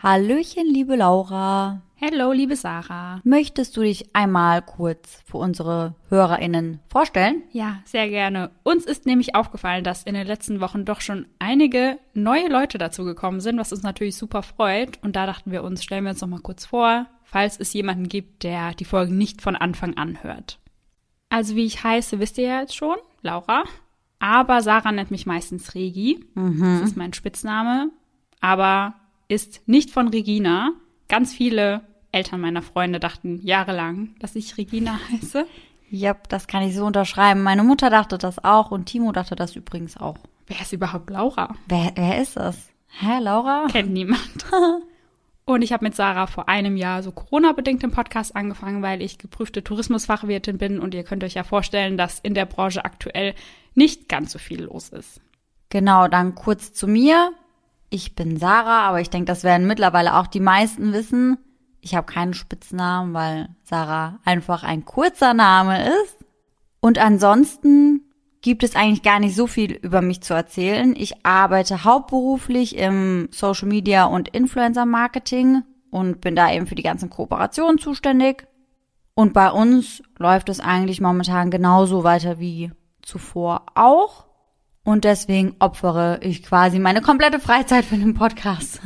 Hallöchen, liebe Laura. Hallo, liebe Sarah. Möchtest du dich einmal kurz für unsere HörerInnen vorstellen? Ja, sehr gerne. Uns ist nämlich aufgefallen, dass in den letzten Wochen doch schon einige neue Leute dazugekommen sind, was uns natürlich super freut. Und da dachten wir uns, stellen wir uns noch mal kurz vor, falls es jemanden gibt, der die Folgen nicht von Anfang an hört. Also wie ich heiße, wisst ihr ja jetzt schon, Laura. Aber Sarah nennt mich meistens Regi. Das ist mein Spitzname. Aber ist nicht von Regina. Ganz viele Eltern meiner Freunde dachten jahrelang, dass ich Regina heiße. Ja, das kann ich so unterschreiben. Meine Mutter dachte das auch und Timo dachte das übrigens auch. Wer ist überhaupt Laura? Wer ist das? Hä, Laura? Kennt niemand. Und ich habe mit Sarah vor einem Jahr so Corona-bedingt im Podcast angefangen, weil ich geprüfte Tourismusfachwirtin bin. Und ihr könnt euch ja vorstellen, dass in der Branche aktuell nicht ganz so viel los ist. Genau, dann kurz zu mir. Ich bin Sarah, aber ich denke, das werden mittlerweile auch die meisten wissen. Ich habe keinen Spitznamen, weil Sarah einfach ein kurzer Name ist. Und ansonsten gibt es eigentlich gar nicht so viel über mich zu erzählen. Ich arbeite hauptberuflich im Social Media und Influencer Marketing und bin da eben für die ganzen Kooperationen zuständig. Und bei uns läuft es eigentlich momentan genauso weiter wie zuvor auch. Und deswegen opfere ich quasi meine komplette Freizeit für den Podcast.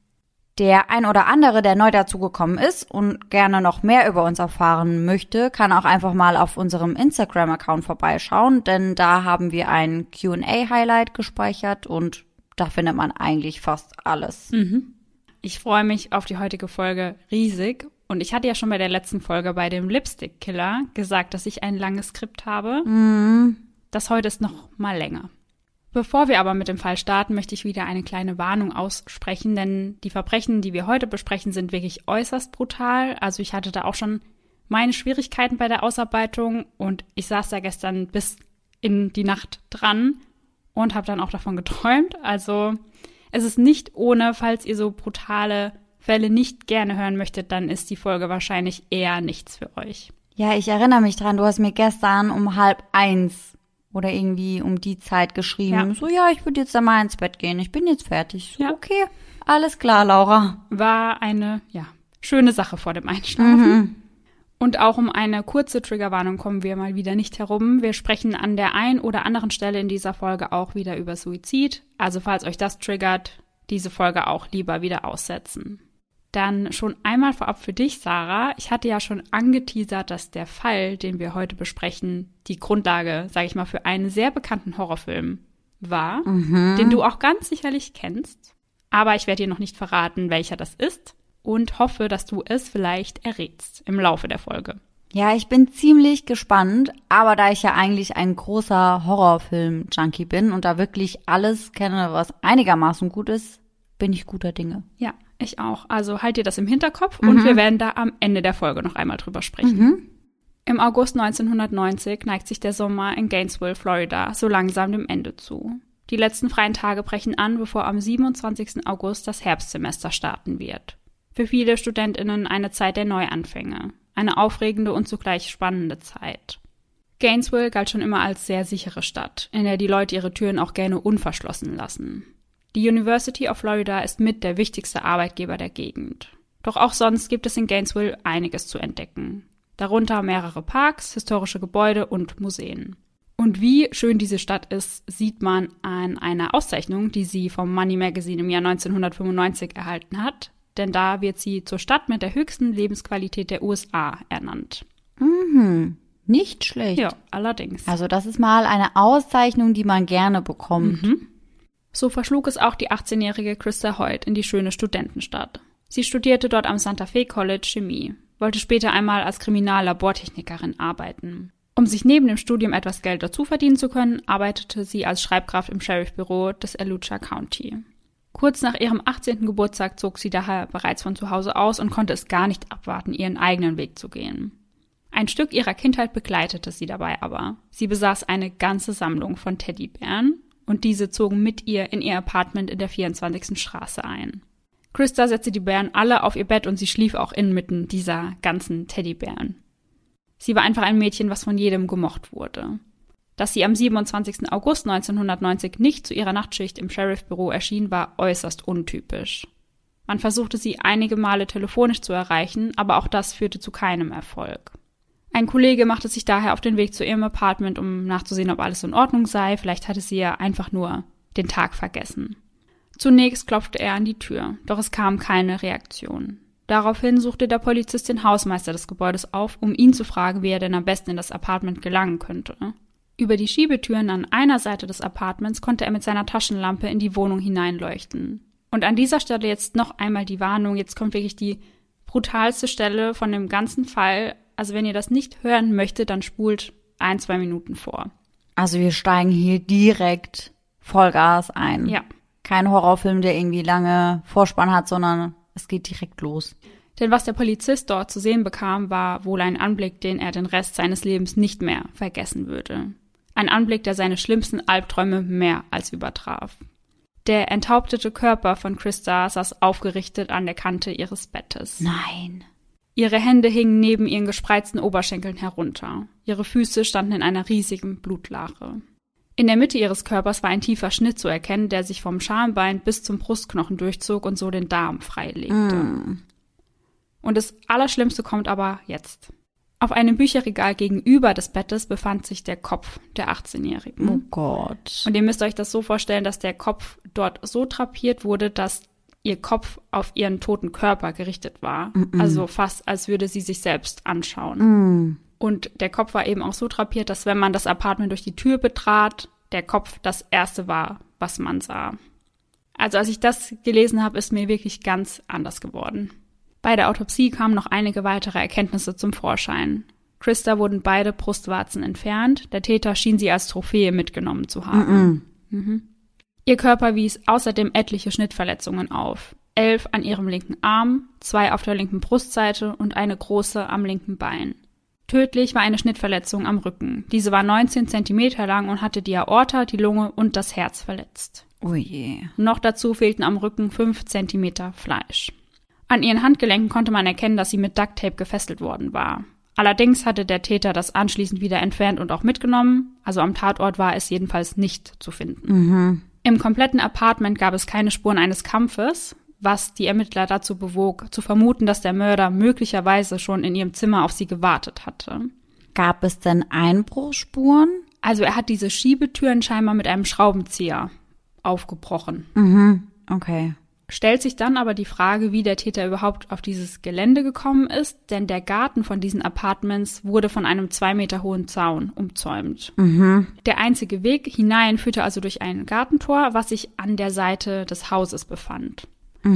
Der ein oder andere, der neu dazugekommen ist und gerne noch mehr über uns erfahren möchte, kann auch einfach mal auf unserem Instagram-Account vorbeischauen, denn da haben wir ein Q&A-Highlight gespeichert und da findet man eigentlich fast alles. Ich freue mich auf die heutige Folge riesig. Und ich hatte ja schon bei der letzten Folge bei dem Lipstick-Killer gesagt, dass ich ein langes Skript habe. Das heute ist noch mal länger. Bevor wir aber mit dem Fall starten, möchte ich wieder eine kleine Warnung aussprechen, denn die Verbrechen, die wir heute besprechen, sind wirklich äußerst brutal. Also ich hatte da auch schon meine Schwierigkeiten bei der Ausarbeitung und ich saß da gestern bis in die Nacht dran und habe dann auch davon geträumt. Also es ist nicht ohne, falls ihr so brutale Fälle nicht gerne hören möchtet, dann ist die Folge wahrscheinlich eher nichts für euch. Ja, ich erinnere mich dran, du hast mir gestern um 12:30 oder irgendwie um die Zeit geschrieben. Ja. So, ja, ich würde jetzt da mal ins Bett gehen. Ich bin jetzt fertig. So, Ja. okay, alles klar, Laura. War eine, schöne Sache vor dem Einschlafen. Und auch um eine kurze Triggerwarnung kommen wir mal wieder nicht herum. Wir sprechen an der einen oder anderen Stelle in dieser Folge auch wieder über Suizid. Also falls euch das triggert, diese Folge auch lieber wieder aussetzen. Dann schon einmal vorab für dich, Sarah. Ich hatte ja schon angeteasert, dass der Fall, den wir heute besprechen, die Grundlage, sage ich mal, für einen sehr bekannten Horrorfilm war, den du auch ganz sicherlich kennst. Aber ich werde dir noch nicht verraten, welcher das ist und hoffe, dass du es vielleicht errätst im Laufe der Folge. Ja, ich bin ziemlich gespannt, aber da ich ja eigentlich ein großer Horrorfilm-Junkie bin und da wirklich alles kenne, was einigermaßen gut ist, bin ich guter Dinge. Ja, ich auch. Also halt dir das im Hinterkopf und wir werden da am Ende der Folge noch einmal drüber sprechen. Im August 1990 neigt sich der Sommer in Gainesville, Florida, so langsam dem Ende zu. Die letzten freien Tage brechen an, bevor am 27. August das Herbstsemester starten wird. Für viele StudentInnen eine Zeit der Neuanfänge. Eine aufregende und zugleich spannende Zeit. Gainesville galt schon immer als sehr sichere Stadt, in der die Leute ihre Türen auch gerne unverschlossen lassen. Die University of Florida ist mit der wichtigste Arbeitgeber der Gegend. Doch auch sonst gibt es in Gainesville einiges zu entdecken. Darunter mehrere Parks, historische Gebäude und Museen. Und wie schön diese Stadt ist, sieht man an einer Auszeichnung, die sie vom Money Magazine im Jahr 1995 erhalten hat. Denn da wird sie zur Stadt mit der höchsten Lebensqualität der USA ernannt. Nicht schlecht. Ja, allerdings. Also das ist mal eine Auszeichnung, die man gerne bekommt. So verschlug es auch die 18-jährige Krista Hoyt in die schöne Studentenstadt. Sie studierte dort am Santa Fe College Chemie, wollte später einmal als Kriminallabortechnikerin arbeiten. Um sich neben dem Studium etwas Geld dazu verdienen zu können, arbeitete sie als Schreibkraft im Sheriffbüro des Alachua County. Kurz nach ihrem 18. Geburtstag zog sie daher bereits von zu Hause aus und konnte es gar nicht abwarten, ihren eigenen Weg zu gehen. Ein Stück ihrer Kindheit begleitete sie dabei aber. Sie besaß eine ganze Sammlung von Teddybären und diese zogen mit ihr in ihr Apartment in der 24. Straße ein. Krista setzte die Bären alle auf ihr Bett und sie schlief auch inmitten dieser ganzen Teddybären. Sie war einfach ein Mädchen, was von jedem gemocht wurde. Dass sie am 27. August 1990 nicht zu ihrer Nachtschicht im Sheriffbüro erschien, war äußerst untypisch. Man versuchte sie einige Male telefonisch zu erreichen, aber auch das führte zu keinem Erfolg. Ein Kollege machte sich daher auf den Weg zu ihrem Apartment, um nachzusehen, ob alles in Ordnung sei. Vielleicht hatte sie ja einfach nur den Tag vergessen. Zunächst klopfte er an die Tür, doch es kam keine Reaktion. Daraufhin suchte der Polizist den Hausmeister des Gebäudes auf, um ihn zu fragen, wie er denn am besten in das Apartment gelangen könnte. Über die Schiebetüren an einer Seite des Apartments konnte er mit seiner Taschenlampe in die Wohnung hineinleuchten. Und an dieser Stelle jetzt noch einmal die Warnung, jetzt kommt wirklich die brutalste Stelle von dem ganzen Fall. Also wenn ihr das nicht hören möchtet, dann spult 1-2 Minuten vor. Also wir steigen hier direkt Vollgas ein. Ja. Kein Horrorfilm, der irgendwie lange Vorspann hat, sondern es geht direkt los. Denn was der Polizist dort zu sehen bekam, war wohl ein Anblick, den er den Rest seines Lebens nicht mehr vergessen würde. Ein Anblick, der seine schlimmsten Albträume mehr als übertraf. Der enthauptete Körper von Christa saß aufgerichtet an der Kante ihres Bettes. Nein. Ihre Hände hingen neben ihren gespreizten Oberschenkeln herunter. Ihre Füße standen in einer riesigen Blutlache. In der Mitte ihres Körpers war ein tiefer Schnitt zu erkennen, der sich vom Schambein bis zum Brustknochen durchzog und so den Darm freilegte. Und das Allerschlimmste kommt aber jetzt. Auf einem Bücherregal gegenüber des Bettes befand sich der Kopf der 18-Jährigen. Oh Gott. Und ihr müsst euch das so vorstellen, dass der Kopf dort so drapiert wurde, dass ihr Kopf auf ihren toten Körper gerichtet war. Also fast, als würde sie sich selbst anschauen. Und der Kopf war eben auch so drapiert, dass wenn man das Apartment durch die Tür betrat, der Kopf das Erste war, was man sah. Also als ich das gelesen habe, ist mir wirklich ganz anders geworden. Bei der Autopsie kamen noch einige weitere Erkenntnisse zum Vorschein. Christa wurden beide Brustwarzen entfernt. Der Täter schien sie als Trophäe mitgenommen zu haben. Ihr Körper wies außerdem etliche Schnittverletzungen auf. 11 an ihrem linken Arm, 2 auf der linken Brustseite und eine große am linken Bein. Tödlich war eine Schnittverletzung am Rücken. Diese war 19 Zentimeter lang und hatte die Aorta, die Lunge und das Herz verletzt. Oh je. Noch dazu fehlten am Rücken 5 Zentimeter Fleisch. An ihren Handgelenken konnte man erkennen, dass sie mit Ducktape gefesselt worden war. Allerdings hatte der Täter das anschließend wieder entfernt und auch mitgenommen. Also am Tatort war es jedenfalls nicht zu finden. Im kompletten Apartment gab es keine Spuren eines Kampfes, was die Ermittler dazu bewog, zu vermuten, dass der Mörder möglicherweise schon in ihrem Zimmer auf sie gewartet hatte. Gab es denn Einbruchsspuren? Also er hat diese Schiebetüren scheinbar mit einem Schraubenzieher aufgebrochen. Okay. Stellt sich dann aber die Frage, wie der Täter überhaupt auf dieses Gelände gekommen ist, denn der Garten von diesen Apartments wurde von einem 2 Meter hohen Zaun umzäumt. Der einzige Weg hinein führte also durch ein Gartentor, was sich an der Seite des Hauses befand.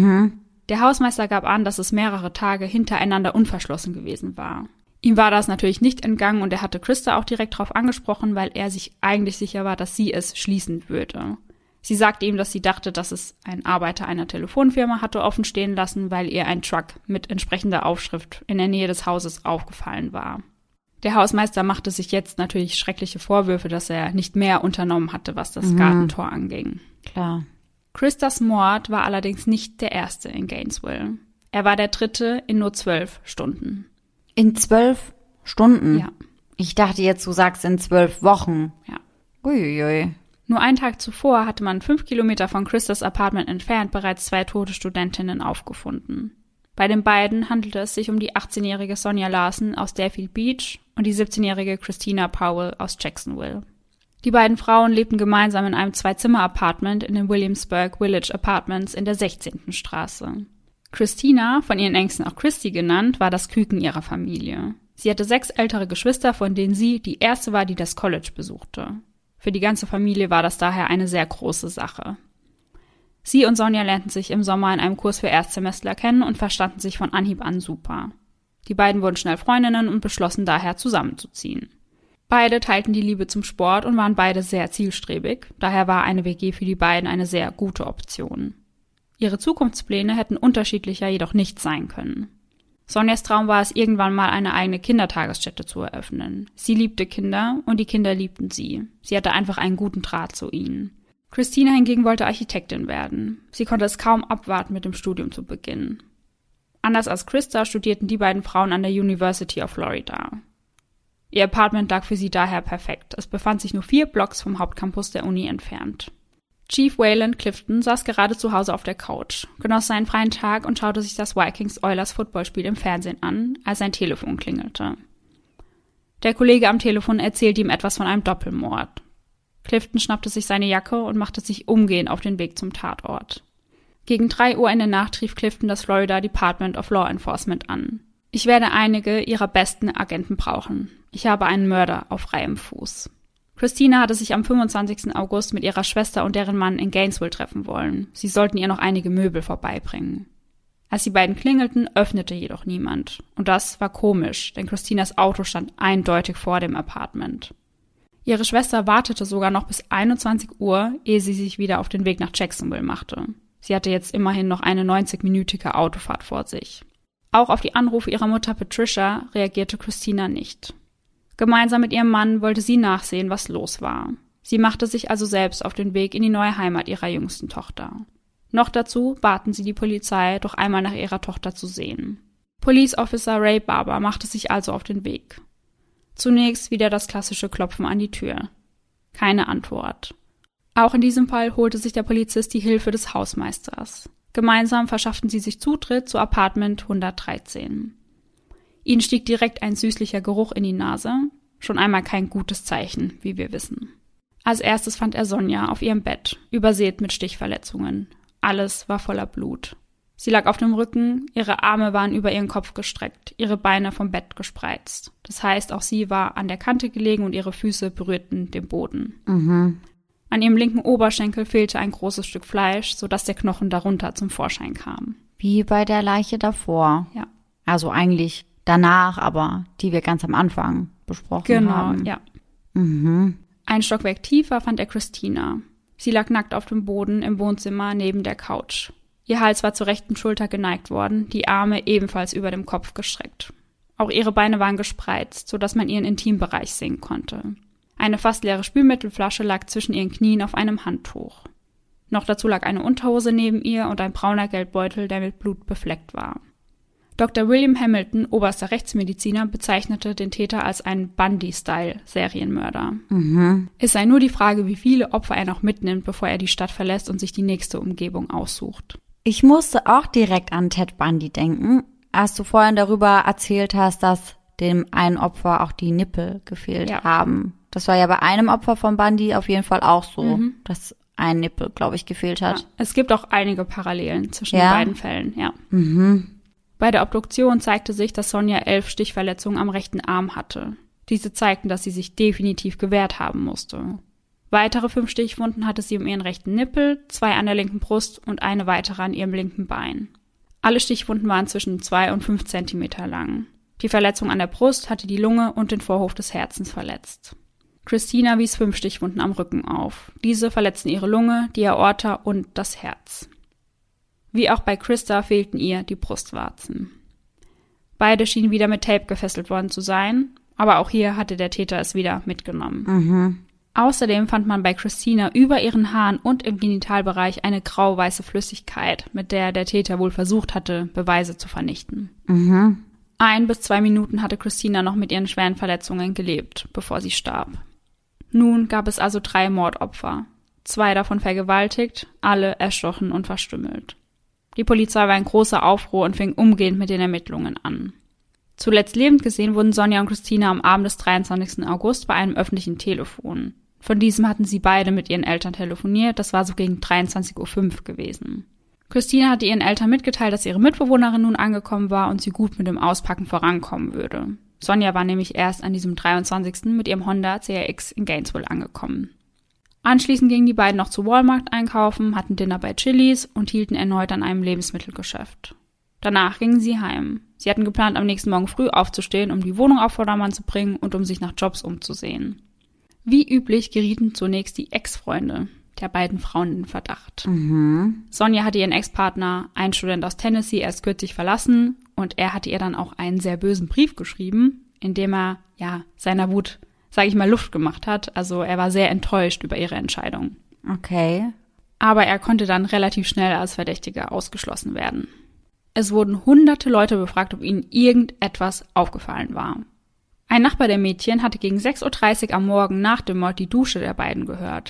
Der Hausmeister gab an, dass es mehrere Tage hintereinander unverschlossen gewesen war. Ihm war das natürlich nicht entgangen und er hatte Christa auch direkt darauf angesprochen, weil er sich eigentlich sicher war, dass sie es schließen würde. Sie sagte ihm, dass sie dachte, dass es ein Arbeiter einer Telefonfirma hatte offen stehen lassen, weil ihr ein Truck mit entsprechender Aufschrift in der Nähe des Hauses aufgefallen war. Der Hausmeister machte sich jetzt natürlich schreckliche Vorwürfe, dass er nicht mehr unternommen hatte, was das Gartentor anging. Klar. Christas Mord war allerdings nicht der erste in Gainesville. Er war der dritte in nur 12 Stunden. In 12 Stunden? Ja. Ich dachte jetzt, du sagst in 12 Wochen. Ja. Uiuiui. Nur einen Tag zuvor hatte man 5 Kilometer von Christas Apartment entfernt bereits 2 tote Studentinnen aufgefunden. Bei den beiden handelte es sich um die 18-jährige Sonja Larson aus Deerfield Beach und die 17-jährige Christina Powell aus Jacksonville. Die beiden Frauen lebten gemeinsam in einem 2-Zimmer-Apartment in den Williamsburg Village Apartments in der 16. Straße. Christina, von ihren Ängsten auch Christy genannt, war das Küken ihrer Familie. Sie hatte 6 ältere Geschwister, von denen sie die erste war, die das College besuchte. Für die ganze Familie war das daher eine sehr große Sache. Sie und Sonja lernten sich im Sommer in einem Kurs für Erstsemestler kennen und verstanden sich von Anhieb an super. Die beiden wurden schnell Freundinnen und beschlossen daher zusammenzuziehen. Beide teilten die Liebe zum Sport und waren beide sehr zielstrebig, daher war eine WG für die beiden eine sehr gute Option. Ihre Zukunftspläne hätten unterschiedlicher jedoch nicht sein können. Sonjas Traum war es, irgendwann mal eine eigene Kindertagesstätte zu eröffnen. Sie liebte Kinder und die Kinder liebten sie. Sie hatte einfach einen guten Draht zu ihnen. Christina hingegen wollte Architektin werden. Sie konnte es kaum abwarten, mit dem Studium zu beginnen. Anders als Christa studierten die beiden Frauen an der University of Florida. Ihr Apartment lag für sie daher perfekt. Es befand sich nur 4 Blocks vom Hauptcampus der Uni entfernt. Chief Wayland Clifton saß gerade zu Hause auf der Couch, genoss seinen freien Tag und schaute sich das Vikings-Oilers-Footballspiel im Fernsehen an, als sein Telefon klingelte. Der Kollege am Telefon erzählte ihm etwas von einem Doppelmord. Clifton schnappte sich seine Jacke und machte sich umgehend auf den Weg zum Tatort. Gegen 3 Uhr in der Nacht rief Clifton das Florida Department of Law Enforcement an. Ich werde einige ihrer besten Agenten brauchen. Ich habe einen Mörder auf freiem Fuß. Christina hatte sich am 25. August mit ihrer Schwester und deren Mann in Gainesville treffen wollen. Sie sollten ihr noch einige Möbel vorbeibringen. Als die beiden klingelten, öffnete jedoch niemand. Und das war komisch, denn Christinas Auto stand eindeutig vor dem Apartment. Ihre Schwester wartete sogar noch bis 21 Uhr, ehe sie sich wieder auf den Weg nach Jacksonville machte. Sie hatte jetzt immerhin noch eine 90-minütige Autofahrt vor sich. Auch auf die Anrufe ihrer Mutter Patricia reagierte Christina nicht. Gemeinsam mit ihrem Mann wollte sie nachsehen, was los war. Sie machte sich also selbst auf den Weg in die neue Heimat ihrer jüngsten Tochter. Noch dazu baten sie die Polizei, doch einmal nach ihrer Tochter zu sehen. Police Officer Ray Barber machte sich also auf den Weg. Zunächst wieder das klassische Klopfen an die Tür. Keine Antwort. Auch in diesem Fall holte sich der Polizist die Hilfe des Hausmeisters. Gemeinsam verschafften sie sich Zutritt zu Apartment 113. Ihnen stieg direkt ein süßlicher Geruch in die Nase. Schon einmal kein gutes Zeichen, wie wir wissen. Als erstes fand er Sonja auf ihrem Bett, übersät mit Stichverletzungen. Alles war voller Blut. Sie lag auf dem Rücken, ihre Arme waren über ihren Kopf gestreckt, ihre Beine vom Bett gespreizt. Das heißt, auch sie war an der Kante gelegen und ihre Füße berührten den Boden. An ihrem linken Oberschenkel fehlte ein großes Stück Fleisch, sodass der Knochen darunter zum Vorschein kam. Wie bei der Leiche davor. Ja. Also eigentlich danach, aber die wir ganz am Anfang besprochen haben. Genau, ja. Ein Stockwerk tiefer fand er Christina. Sie lag nackt auf dem Boden im Wohnzimmer neben der Couch. Ihr Hals war zur rechten Schulter geneigt worden, die Arme ebenfalls über dem Kopf gestreckt. Auch ihre Beine waren gespreizt, sodass man ihren Intimbereich sehen konnte. Eine fast leere Spülmittelflasche lag zwischen ihren Knien auf einem Handtuch. Noch dazu lag eine Unterhose neben ihr und ein brauner Geldbeutel, der mit Blut befleckt war. Dr. William Hamilton, oberster Rechtsmediziner, bezeichnete den Täter als einen Bundy-Style-Serienmörder. Es sei nur die Frage, wie viele Opfer er noch mitnimmt, bevor er die Stadt verlässt und sich die nächste Umgebung aussucht. Ich musste auch direkt an Ted Bundy denken, als du vorhin darüber erzählt hast, dass dem einen Opfer auch die Nippel gefehlt haben. Das war ja bei einem Opfer von Bundy auf jeden Fall auch so, dass ein Nippel, glaube ich, gefehlt hat. Ja, es gibt auch einige Parallelen zwischen den beiden Fällen, ja. Bei der Obduktion zeigte sich, dass Sonja 11 Stichverletzungen am rechten Arm hatte. Diese zeigten, dass sie sich definitiv gewehrt haben musste. Weitere 5 Stichwunden hatte sie um ihren rechten Nippel, 2 an der linken Brust und eine weitere an ihrem linken Bein. Alle Stichwunden waren zwischen 2 und 5 Zentimeter lang. Die Verletzung an der Brust hatte die Lunge und den Vorhof des Herzens verletzt. Christina wies 5 Stichwunden am Rücken auf. Diese verletzten ihre Lunge, die Aorta und das Herz. Wie auch bei Christa fehlten ihr die Brustwarzen. Beide schienen wieder mit Tape gefesselt worden zu sein, aber auch hier hatte der Täter es wieder mitgenommen. Außerdem fand man bei Christina über ihren Haaren und im Genitalbereich eine grau-weiße Flüssigkeit, mit der der Täter wohl versucht hatte, Beweise zu vernichten. 1 bis 2 Minuten hatte Christina noch mit ihren schweren Verletzungen gelebt, bevor sie starb. Nun gab es also 3 Mordopfer, 2 davon vergewaltigt, alle erstochen und verstümmelt. Die Polizei war in großer Aufruhr und fing umgehend mit den Ermittlungen an. Zuletzt lebend gesehen wurden Sonja und Christina am Abend des 23. August bei einem öffentlichen Telefon. Von diesem hatten sie beide mit ihren Eltern telefoniert, das war so gegen 23:05 Uhr gewesen. Christina hatte ihren Eltern mitgeteilt, dass ihre Mitbewohnerin nun angekommen war und sie gut mit dem Auspacken vorankommen würde. Sonja war nämlich erst an diesem 23. mit ihrem Honda CRX in Gainesville angekommen. Anschließend gingen die beiden noch zu Walmart einkaufen, hatten Dinner bei Chili's und hielten erneut an einem Lebensmittelgeschäft. Danach gingen sie heim. Sie hatten geplant, am nächsten Morgen früh aufzustehen, um die Wohnung auf Vordermann zu bringen und um sich nach Jobs umzusehen. Wie üblich gerieten zunächst die Ex-Freunde der beiden Frauen in Verdacht. Sonja hatte ihren Ex-Partner, ein Student aus Tennessee, erst kürzlich verlassen und er hatte ihr dann auch einen sehr bösen Brief geschrieben, in dem er, seiner Wut, sage ich mal, Luft gemacht hat. Also er war sehr enttäuscht über ihre Entscheidung. Okay. Aber er konnte dann relativ schnell als Verdächtiger ausgeschlossen werden. Es wurden hunderte Leute befragt, ob ihnen irgendetwas aufgefallen war. Ein Nachbar der Mädchen hatte gegen 6:30 Uhr am Morgen nach dem Mord die Dusche der beiden gehört.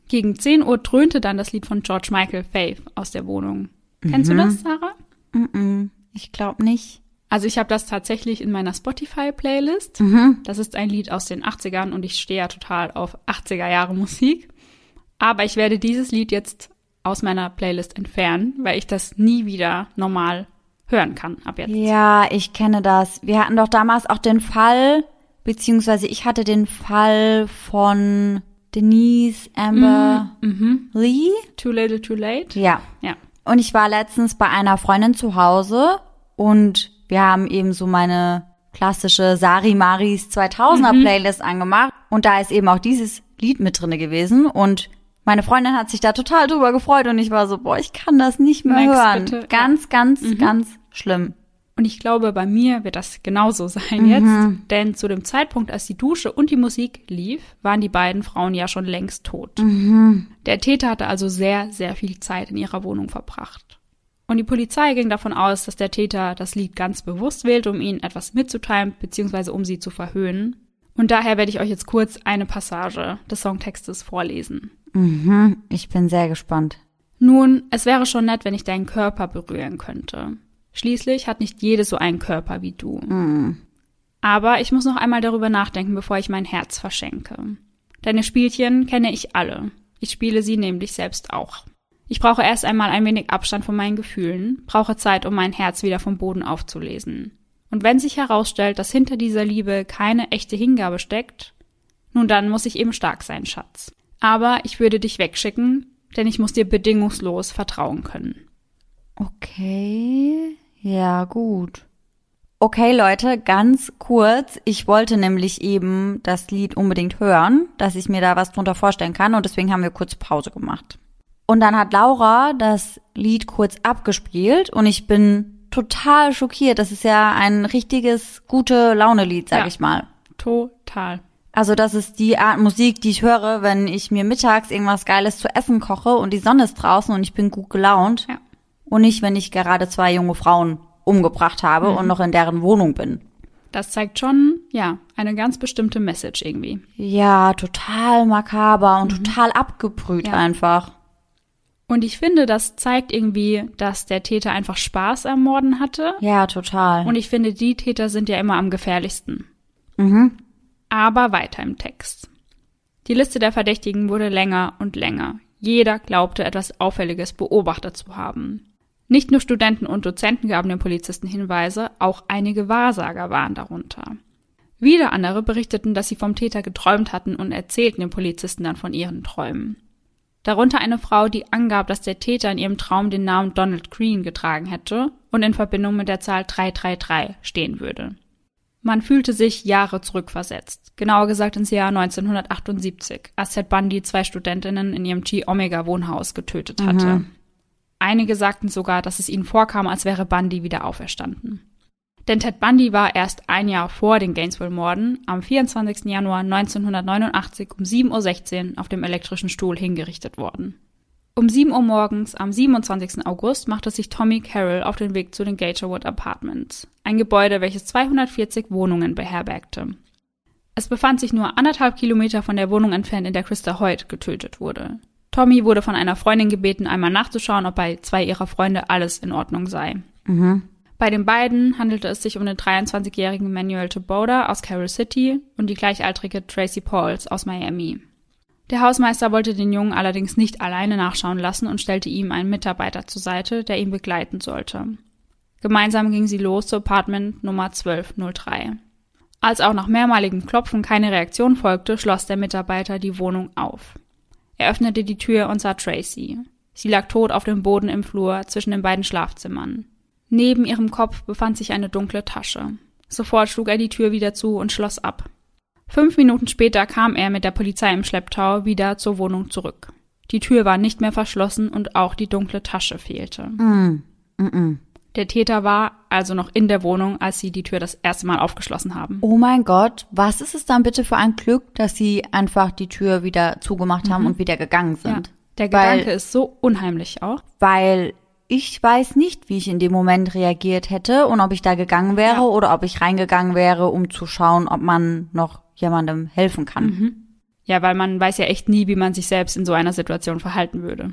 Gegen 10 Uhr dröhnte dann das Lied von George Michael, Faith, aus der Wohnung. Kennst du das, Sarah? Ich glaube nicht. Also ich habe das tatsächlich in meiner Spotify-Playlist. Das ist ein Lied aus den 80ern und ich stehe ja total auf 80er-Jahre-Musik. Aber ich werde dieses Lied jetzt aus meiner Playlist entfernen, weil ich das nie wieder normal hören kann ab jetzt. Ja, ich kenne das. Wir hatten doch damals auch den Fall, beziehungsweise ich hatte den Fall von Denise Amber Lee. Too Little, Too Late? Ja. Und ich war letztens bei einer Freundin zu Hause und wir haben eben so meine klassische Sari Maris 2000er Playlist angemacht und da ist eben auch dieses Lied mit drinne gewesen und meine Freundin hat sich da total drüber gefreut und ich war so, boah, ich kann das nicht mehr hören. Bitte. Ganz schlimm. Und ich glaube, bei mir wird das genauso sein jetzt, denn zu dem Zeitpunkt, als die Dusche und die Musik lief, waren die beiden Frauen ja schon längst tot. Der Täter hatte also sehr, sehr viel Zeit in ihrer Wohnung verbracht. Und die Polizei ging davon aus, dass der Täter das Lied ganz bewusst wählte, um ihnen etwas mitzuteilen, beziehungsweise um sie zu verhöhnen. Und daher werde ich euch jetzt kurz eine Passage des Songtextes vorlesen. Ich bin sehr gespannt. Nun, es wäre schon nett, wenn ich deinen Körper berühren könnte. Schließlich hat nicht jede so einen Körper wie du. Aber ich muss noch einmal darüber nachdenken, bevor ich mein Herz verschenke. Deine Spielchen kenne ich alle. Ich spiele sie nämlich selbst auch. Ich brauche erst einmal ein wenig Abstand von meinen Gefühlen, brauche Zeit, um mein Herz wieder vom Boden aufzulesen. Und wenn sich herausstellt, dass hinter dieser Liebe keine echte Hingabe steckt, nun dann muss ich eben stark sein, Schatz. Aber ich würde dich wegschicken, denn ich muss dir bedingungslos vertrauen können. Okay, ja gut. Okay, Leute, ganz kurz. Ich wollte nämlich eben das Lied unbedingt hören, dass ich mir da was drunter vorstellen kann und deswegen haben wir kurz Pause gemacht. Und dann hat Laura das Lied kurz abgespielt und ich bin total schockiert. Das ist ja ein richtiges Gute-Laune-Lied, sag ich mal. Total. Also das ist die Art Musik, die ich höre, wenn ich mir mittags irgendwas Geiles zu essen koche und die Sonne ist draußen und ich bin gut gelaunt. Ja. Und nicht, wenn ich gerade 2 junge Frauen umgebracht habe und noch in deren Wohnung bin. Das zeigt schon, ja, eine ganz bestimmte Message irgendwie. Ja, total makaber und total abgebrüht einfach. Und ich finde, das zeigt irgendwie, dass der Täter einfach Spaß am Morden hatte. Ja, total. Und ich finde, die Täter sind ja immer am gefährlichsten. Aber weiter im Text. Die Liste der Verdächtigen wurde länger und länger. Jeder glaubte, etwas Auffälliges beobachtet zu haben. Nicht nur Studenten und Dozenten gaben den Polizisten Hinweise, auch einige Wahrsager waren darunter. Wieder andere berichteten, dass sie vom Täter geträumt hatten und erzählten den Polizisten dann von ihren Träumen. Darunter eine Frau, die angab, dass der Täter in ihrem Traum den Namen Donald Green getragen hätte und in Verbindung mit der Zahl 333 stehen würde. Man fühlte sich Jahre zurückversetzt, genauer gesagt ins Jahr 1978, als Ted Bundy 2 Studentinnen in ihrem Chi Omega Wohnhaus getötet hatte. Einige sagten sogar, dass es ihnen vorkam, als wäre Bundy wieder auferstanden. Denn Ted Bundy war erst ein Jahr vor den Gainesville-Morden am 24. Januar 1989 um 7:16 Uhr auf dem elektrischen Stuhl hingerichtet worden. Um 7 Uhr morgens am 27. August machte sich Tommy Carroll auf den Weg zu den Gatorwood Apartments, ein Gebäude, welches 240 Wohnungen beherbergte. Es befand sich nur 1,5 Kilometer von der Wohnung entfernt, in der Krista Hoyt getötet wurde. Tommy wurde von einer Freundin gebeten, einmal nachzuschauen, ob bei 2 ihrer Freunde alles in Ordnung sei. Bei den beiden handelte es sich um den 23-jährigen Manuel Taboada aus Carol City und die gleichaltrige Tracy Pauls aus Miami. Der Hausmeister wollte den Jungen allerdings nicht alleine nachschauen lassen und stellte ihm einen Mitarbeiter zur Seite, der ihn begleiten sollte. Gemeinsam gingen sie los zu Apartment Nummer 1203. Als auch nach mehrmaligem Klopfen keine Reaktion folgte, schloss der Mitarbeiter die Wohnung auf. Er öffnete die Tür und sah Tracy. Sie lag tot auf dem Boden im Flur zwischen den beiden Schlafzimmern. Neben ihrem Kopf befand sich eine dunkle Tasche. Sofort schlug er die Tür wieder zu und schloss ab. 5 Minuten später kam er mit der Polizei im Schlepptau wieder zur Wohnung zurück. Die Tür war nicht mehr verschlossen und auch die dunkle Tasche fehlte. Der Täter war also noch in der Wohnung, als sie die Tür das erste Mal aufgeschlossen haben. Oh mein Gott, was ist es dann bitte für ein Glück, dass sie einfach die Tür wieder zugemacht haben und wieder gegangen sind? Ja, der Gedanke ist so unheimlich auch. Weil ich weiß nicht, wie ich in dem Moment reagiert hätte und ob ich da gegangen wäre oder ob ich reingegangen wäre, um zu schauen, ob man noch jemandem helfen kann. Ja, weil man weiß ja echt nie, wie man sich selbst in so einer Situation verhalten würde.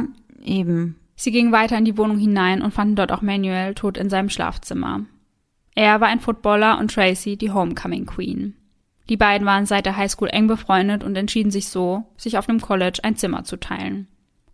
Eben. Sie gingen weiter in die Wohnung hinein und fanden dort auch Manuel tot in seinem Schlafzimmer. Er war ein Footballer und Tracy die Homecoming Queen. Die beiden waren seit der Highschool eng befreundet und entschieden sich so, sich auf dem College ein Zimmer zu teilen.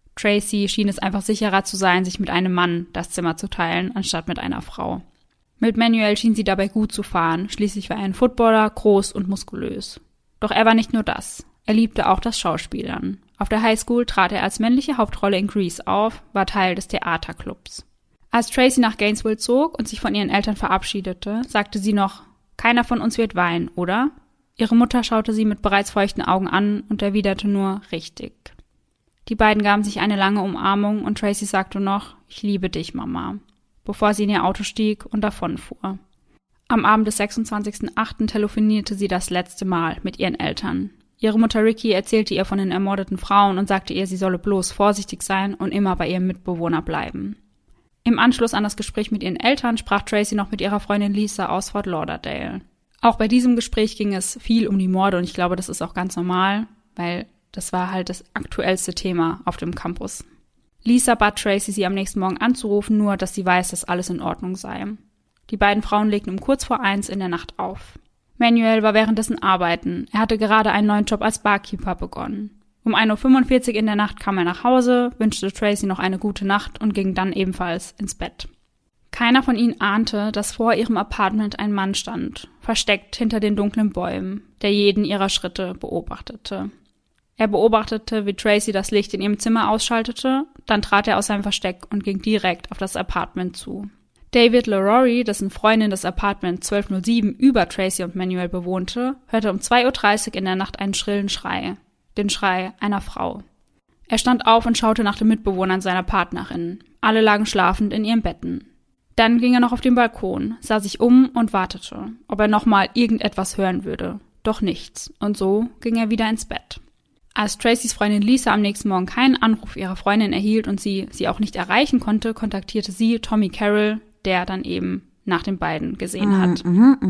Tracy schien es einfach sicherer zu sein, sich mit einem Mann das Zimmer zu teilen, anstatt mit einer Frau. Mit Manuel schien sie dabei gut zu fahren, schließlich war er ein Footballer, groß und muskulös. Doch er war nicht nur das. Er liebte auch das Schauspielern. Auf der Highschool trat er als männliche Hauptrolle in Grease auf, war Teil des Theaterclubs. Als Tracy nach Gainesville zog und sich von ihren Eltern verabschiedete, sagte sie noch, keiner von uns wird weinen, oder? Ihre Mutter schaute sie mit bereits feuchten Augen an und erwiderte nur, richtig. Die beiden gaben sich eine lange Umarmung und Tracy sagte noch, ich liebe dich, Mama, bevor sie in ihr Auto stieg und davonfuhr. Am Abend des 26.08. telefonierte sie das letzte Mal mit ihren Eltern. Ihre Mutter Ricky erzählte ihr von den ermordeten Frauen und sagte ihr, sie solle bloß vorsichtig sein und immer bei ihrem Mitbewohner bleiben. Im Anschluss an das Gespräch mit ihren Eltern sprach Tracy noch mit ihrer Freundin Lisa aus Fort Lauderdale. Auch bei diesem Gespräch ging es viel um die Morde und ich glaube, das ist auch ganz normal, weil das war halt das aktuellste Thema auf dem Campus. Lisa bat Tracy, sie am nächsten Morgen anzurufen, nur dass sie weiß, dass alles in Ordnung sei. Die beiden Frauen legten um kurz vor 1 in der Nacht auf. Manuel war währenddessen arbeiten. Er hatte gerade einen neuen Job als Barkeeper begonnen. Um 1:45 Uhr in der Nacht kam er nach Hause, wünschte Tracy noch eine gute Nacht und ging dann ebenfalls ins Bett. Keiner von ihnen ahnte, dass vor ihrem Apartment ein Mann stand, versteckt hinter den dunklen Bäumen, der jeden ihrer Schritte beobachtete. Er beobachtete, wie Tracy das Licht in ihrem Zimmer ausschaltete, dann trat er aus seinem Versteck und ging direkt auf das Apartment zu. David LaRory, dessen Freundin das Apartment 1207 über Tracy und Manuel bewohnte, hörte um 2:30 Uhr in der Nacht einen schrillen Schrei, den Schrei einer Frau. Er stand auf und schaute nach den Mitbewohnern seiner Partnerin. Alle lagen schlafend in ihren Betten. Dann ging er noch auf den Balkon, sah sich um und wartete, ob er nochmal irgendetwas hören würde. Doch nichts. Und so ging er wieder ins Bett. Als Tracys Freundin Lisa am nächsten Morgen keinen Anruf ihrer Freundin erhielt und sie auch nicht erreichen konnte, kontaktierte sie Tommy Carroll, der dann eben nach den beiden gesehen hat.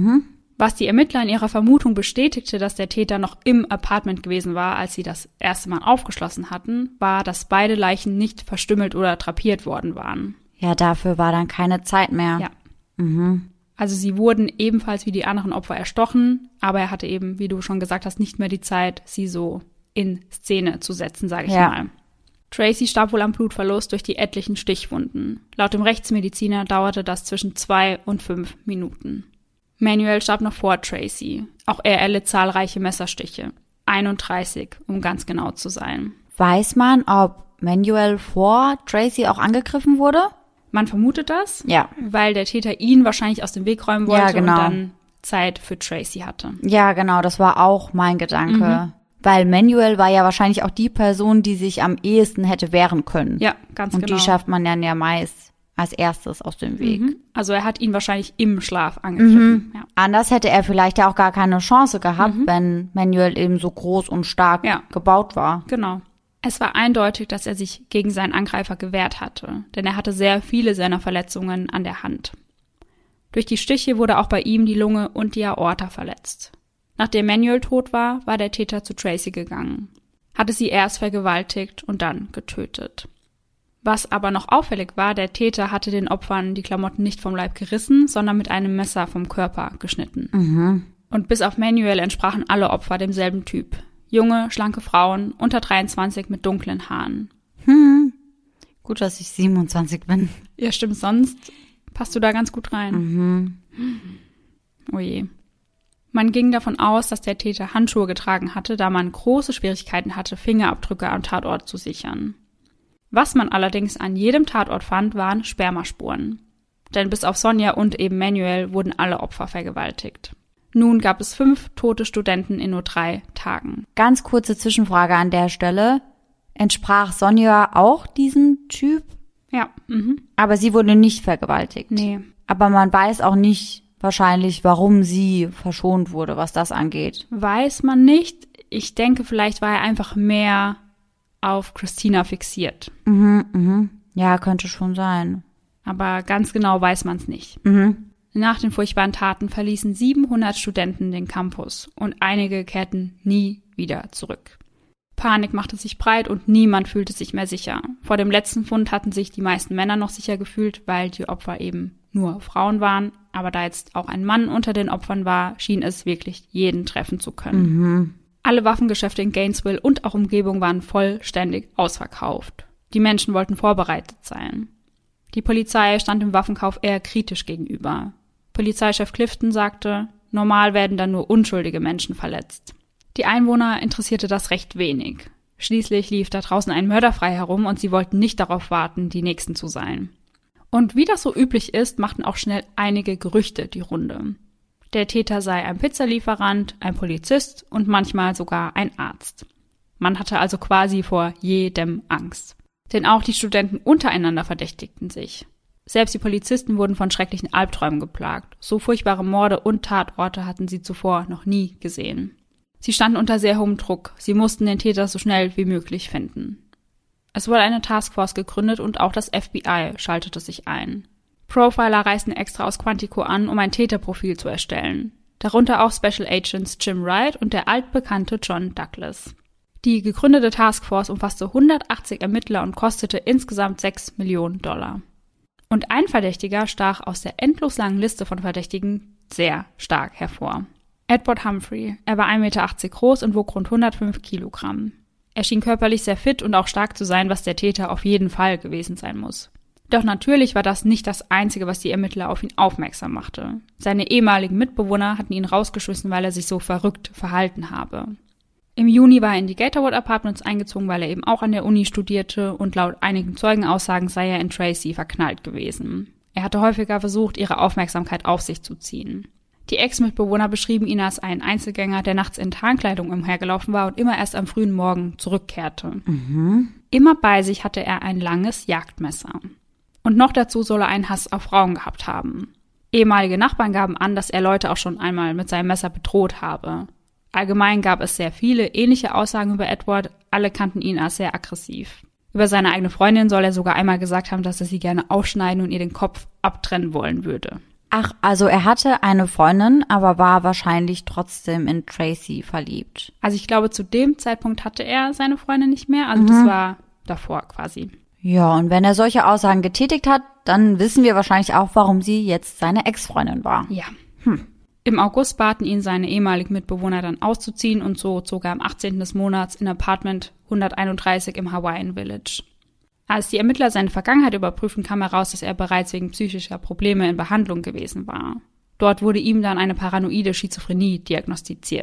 Was die Ermittler in ihrer Vermutung bestätigte, dass der Täter noch im Apartment gewesen war, als sie das erste Mal aufgeschlossen hatten, war, dass beide Leichen nicht verstümmelt oder drapiert worden waren. Ja, dafür war dann keine Zeit mehr. Ja. Also sie wurden ebenfalls wie die anderen Opfer erstochen, aber er hatte eben, wie du schon gesagt hast, nicht mehr die Zeit, sie so in Szene zu setzen, sage ich mal. Tracy starb wohl am Blutverlust durch die etlichen Stichwunden. Laut dem Rechtsmediziner dauerte das zwischen 2 und 5 Minuten. Manuel starb noch vor Tracy. Auch er erlitt zahlreiche Messerstiche. 31, um ganz genau zu sein. Weiß man, ob Manuel vor Tracy auch angegriffen wurde? Man vermutet das, ja, weil der Täter ihn wahrscheinlich aus dem Weg räumen wollte, ja, genau, und dann Zeit für Tracy hatte. Ja, genau, das war auch mein Gedanke. Weil Manuel war ja wahrscheinlich auch die Person, die sich am ehesten hätte wehren können. Ja, ganz genau. Und die schafft man dann ja meist als erstes aus dem Weg. Also er hat ihn wahrscheinlich im Schlaf angegriffen. Ja. Anders hätte er vielleicht ja auch gar keine Chance gehabt, wenn Manuel eben so groß und stark gebaut war. Genau. Es war eindeutig, dass er sich gegen seinen Angreifer gewehrt hatte, denn er hatte sehr viele seiner Verletzungen an der Hand. Durch die Stiche wurde auch bei ihm die Lunge und die Aorta verletzt. Nachdem Manuel tot war, war der Täter zu Tracy gegangen, hatte sie erst vergewaltigt und dann getötet. Was aber noch auffällig war, der Täter hatte den Opfern die Klamotten nicht vom Leib gerissen, sondern mit einem Messer vom Körper geschnitten. Und bis auf Manuel entsprachen alle Opfer demselben Typ. Junge, schlanke Frauen, unter 23 mit dunklen Haaren. Gut, dass ich 27 bin. Ja, stimmt, sonst passt du da ganz gut rein. Oh je. Man ging davon aus, dass der Täter Handschuhe getragen hatte, da man große Schwierigkeiten hatte, Fingerabdrücke am Tatort zu sichern. Was man allerdings an jedem Tatort fand, waren Spermaspuren. Denn bis auf Sonja und eben Manuel wurden alle Opfer vergewaltigt. Nun gab es 5 tote Studenten in nur 3 Tagen. Ganz kurze Zwischenfrage an der Stelle. Entsprach Sonja auch diesem Typ? Ja. Aber sie wurde nicht vergewaltigt? Nee. Aber man weiß auch nicht wahrscheinlich, warum sie verschont wurde, was das angeht. Weiß man nicht. Ich denke, vielleicht war er einfach mehr auf Christina fixiert. Ja, könnte schon sein. Aber ganz genau weiß man es nicht. Nach den furchtbaren Taten verließen 700 Studenten den Campus und einige kehrten nie wieder zurück. Panik machte sich breit und niemand fühlte sich mehr sicher. Vor dem letzten Fund hatten sich die meisten Männer noch sicher gefühlt, weil die Opfer eben nur Frauen waren. Aber da jetzt auch ein Mann unter den Opfern war, schien es wirklich jeden treffen zu können. Alle Waffengeschäfte in Gainesville und auch Umgebung waren vollständig ausverkauft. Die Menschen wollten vorbereitet sein. Die Polizei stand dem Waffenkauf eher kritisch gegenüber. Polizeichef Clifton sagte, normal werden dann nur unschuldige Menschen verletzt. Die Einwohner interessierte das recht wenig. Schließlich lief da draußen ein Mörder frei herum und sie wollten nicht darauf warten, die Nächsten zu sein. Und wie das so üblich ist, machten auch schnell einige Gerüchte die Runde. Der Täter sei ein Pizzalieferant, ein Polizist und manchmal sogar ein Arzt. Man hatte also quasi vor jedem Angst. Denn auch die Studenten untereinander verdächtigten sich. Selbst die Polizisten wurden von schrecklichen Albträumen geplagt. So furchtbare Morde und Tatorte hatten sie zuvor noch nie gesehen. Sie standen unter sehr hohem Druck. Sie mussten den Täter so schnell wie möglich finden. Es wurde eine Taskforce gegründet und auch das FBI schaltete sich ein. Profiler reisten extra aus Quantico an, um ein Täterprofil zu erstellen. Darunter auch Special Agents Jim Wright und der altbekannte John Douglas. Die gegründete Taskforce umfasste 180 Ermittler und kostete insgesamt $6 Millionen. Und ein Verdächtiger stach aus der endlos langen Liste von Verdächtigen sehr stark hervor. Edward Humphrey. Er war 1,80 Meter groß und wog rund 105 Kilogramm. Er schien körperlich sehr fit und auch stark zu sein, was der Täter auf jeden Fall gewesen sein muss. Doch natürlich war das nicht das Einzige, was die Ermittler auf ihn aufmerksam machte. Seine ehemaligen Mitbewohner hatten ihn rausgeschmissen, weil er sich so verrückt verhalten habe. Im Juni war er in die Gatorwood Apartments eingezogen, weil er eben auch an der Uni studierte und laut einigen Zeugenaussagen sei er in Tracy verknallt gewesen. Er hatte häufiger versucht, ihre Aufmerksamkeit auf sich zu ziehen. Die Ex-Mitbewohner beschrieben ihn als einen Einzelgänger, der nachts in Tarnkleidung umhergelaufen war und immer erst am frühen Morgen zurückkehrte. Immer bei sich hatte er ein langes Jagdmesser. Und noch dazu soll er einen Hass auf Frauen gehabt haben. Ehemalige Nachbarn gaben an, dass er Leute auch schon einmal mit seinem Messer bedroht habe. Allgemein gab es sehr viele ähnliche Aussagen über Edward, alle kannten ihn als sehr aggressiv. Über seine eigene Freundin soll er sogar einmal gesagt haben, dass er sie gerne aufschneiden und ihr den Kopf abtrennen wollen würde. Ach, also er hatte eine Freundin, aber war wahrscheinlich trotzdem in Tracy verliebt. Also ich glaube, zu dem Zeitpunkt hatte er seine Freundin nicht mehr, also das war davor quasi. Ja, und wenn er solche Aussagen getätigt hat, dann wissen wir wahrscheinlich auch, warum sie jetzt seine Ex-Freundin war. Ja. Im August baten ihn seine ehemaligen Mitbewohner dann auszuziehen und so zog er am 18. des Monats in Apartment 131 im Hawaiian Village. Als die Ermittler seine Vergangenheit überprüften, kam heraus, dass er bereits wegen psychischer Probleme in Behandlung gewesen war. Dort wurde ihm dann eine paranoide Schizophrenie diagnostiziert.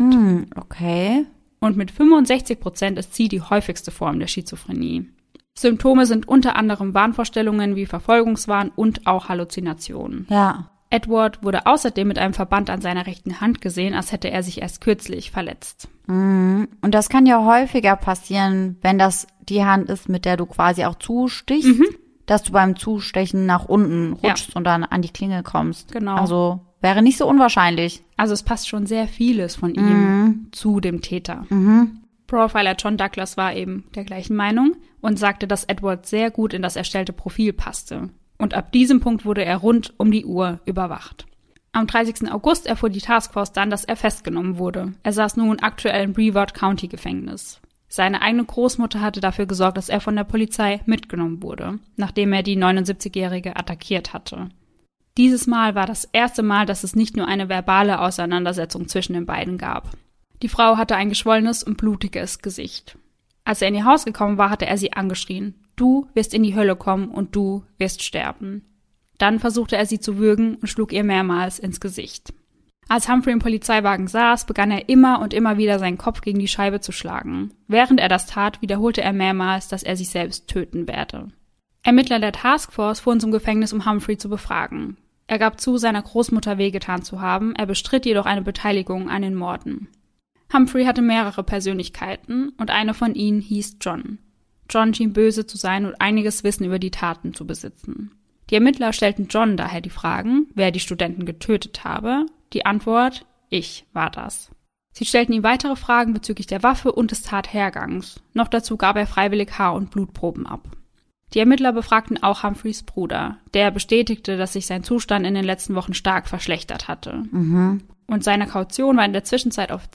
Okay. Und mit 65% ist sie die häufigste Form der Schizophrenie. Symptome sind unter anderem Wahnvorstellungen wie Verfolgungswahn und auch Halluzinationen. Ja. Edward wurde außerdem mit einem Verband an seiner rechten Hand gesehen, als hätte er sich erst kürzlich verletzt. Und das kann ja häufiger passieren, wenn das die Hand ist, mit der du quasi auch zustichst, dass du beim Zustechen nach unten rutschst und dann an die Klinge kommst. Genau. Also wäre nicht so unwahrscheinlich. Also es passt schon sehr vieles von ihm zu dem Täter. Profiler John Douglas war eben der gleichen Meinung und sagte, dass Edward sehr gut in das erstellte Profil passte. Und ab diesem Punkt wurde er rund um die Uhr überwacht. Am 30. August erfuhr die Taskforce dann, dass er festgenommen wurde. Er saß nun aktuell im Brevard County Gefängnis. Seine eigene Großmutter hatte dafür gesorgt, dass er von der Polizei mitgenommen wurde, nachdem er die 79-Jährige attackiert hatte. Dieses Mal war das erste Mal, dass es nicht nur eine verbale Auseinandersetzung zwischen den beiden gab. Die Frau hatte ein geschwollenes und blutiges Gesicht. Als er in ihr Haus gekommen war, hatte er sie angeschrien. Du wirst in die Hölle kommen und du wirst sterben. Dann versuchte er sie zu würgen und schlug ihr mehrmals ins Gesicht. Als Humphrey im Polizeiwagen saß, begann er immer und immer wieder seinen Kopf gegen die Scheibe zu schlagen. Während er das tat, wiederholte er mehrmals, dass er sich selbst töten werde. Ermittler der Taskforce fuhren zum Gefängnis, um Humphrey zu befragen. Er gab zu, seiner Großmutter wehgetan zu haben, er bestritt jedoch eine Beteiligung an den Morden. Humphrey hatte mehrere Persönlichkeiten und eine von ihnen hieß John. John schien böse zu sein und einiges Wissen über die Taten zu besitzen. Die Ermittler stellten John daher die Fragen, wer die Studenten getötet habe. Die Antwort: Ich war das. Sie stellten ihm weitere Fragen bezüglich der Waffe und des Tathergangs. Noch dazu gab er freiwillig Haar- und Blutproben ab. Die Ermittler befragten auch Humphreys Bruder. Der bestätigte, dass sich sein Zustand in den letzten Wochen stark verschlechtert hatte. Und seine Kaution war in der Zwischenzeit auf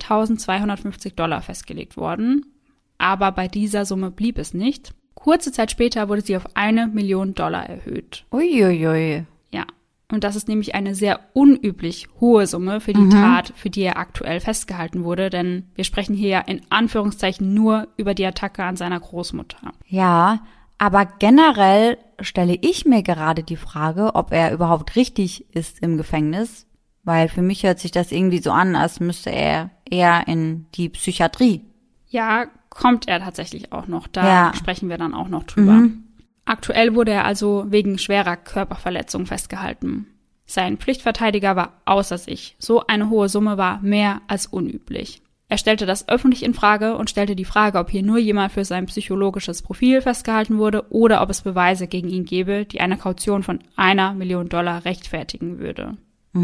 $10.250 festgelegt worden. Aber bei dieser Summe blieb es nicht. Kurze Zeit später wurde sie auf $1 Million erhöht. Uiuiui. Ja, und das ist nämlich eine sehr unüblich hohe Summe für die Tat, für die er aktuell festgehalten wurde. Denn wir sprechen hier ja in Anführungszeichen nur über die Attacke an seiner Großmutter. Ja, aber generell stelle ich mir gerade die Frage, ob er überhaupt richtig ist im Gefängnis. Weil für mich hört sich das irgendwie so an, als müsste er eher in die Psychiatrie. Ja, kommt er tatsächlich auch noch. Da sprechen wir dann auch noch drüber. Aktuell wurde er also wegen schwerer Körperverletzung festgehalten. Sein Pflichtverteidiger war außer sich. So eine hohe Summe war mehr als unüblich. Er stellte das öffentlich in Frage und stellte die Frage, ob hier nur jemand für sein psychologisches Profil festgehalten wurde oder ob es Beweise gegen ihn gäbe, die eine Kaution von $1 Million rechtfertigen würde.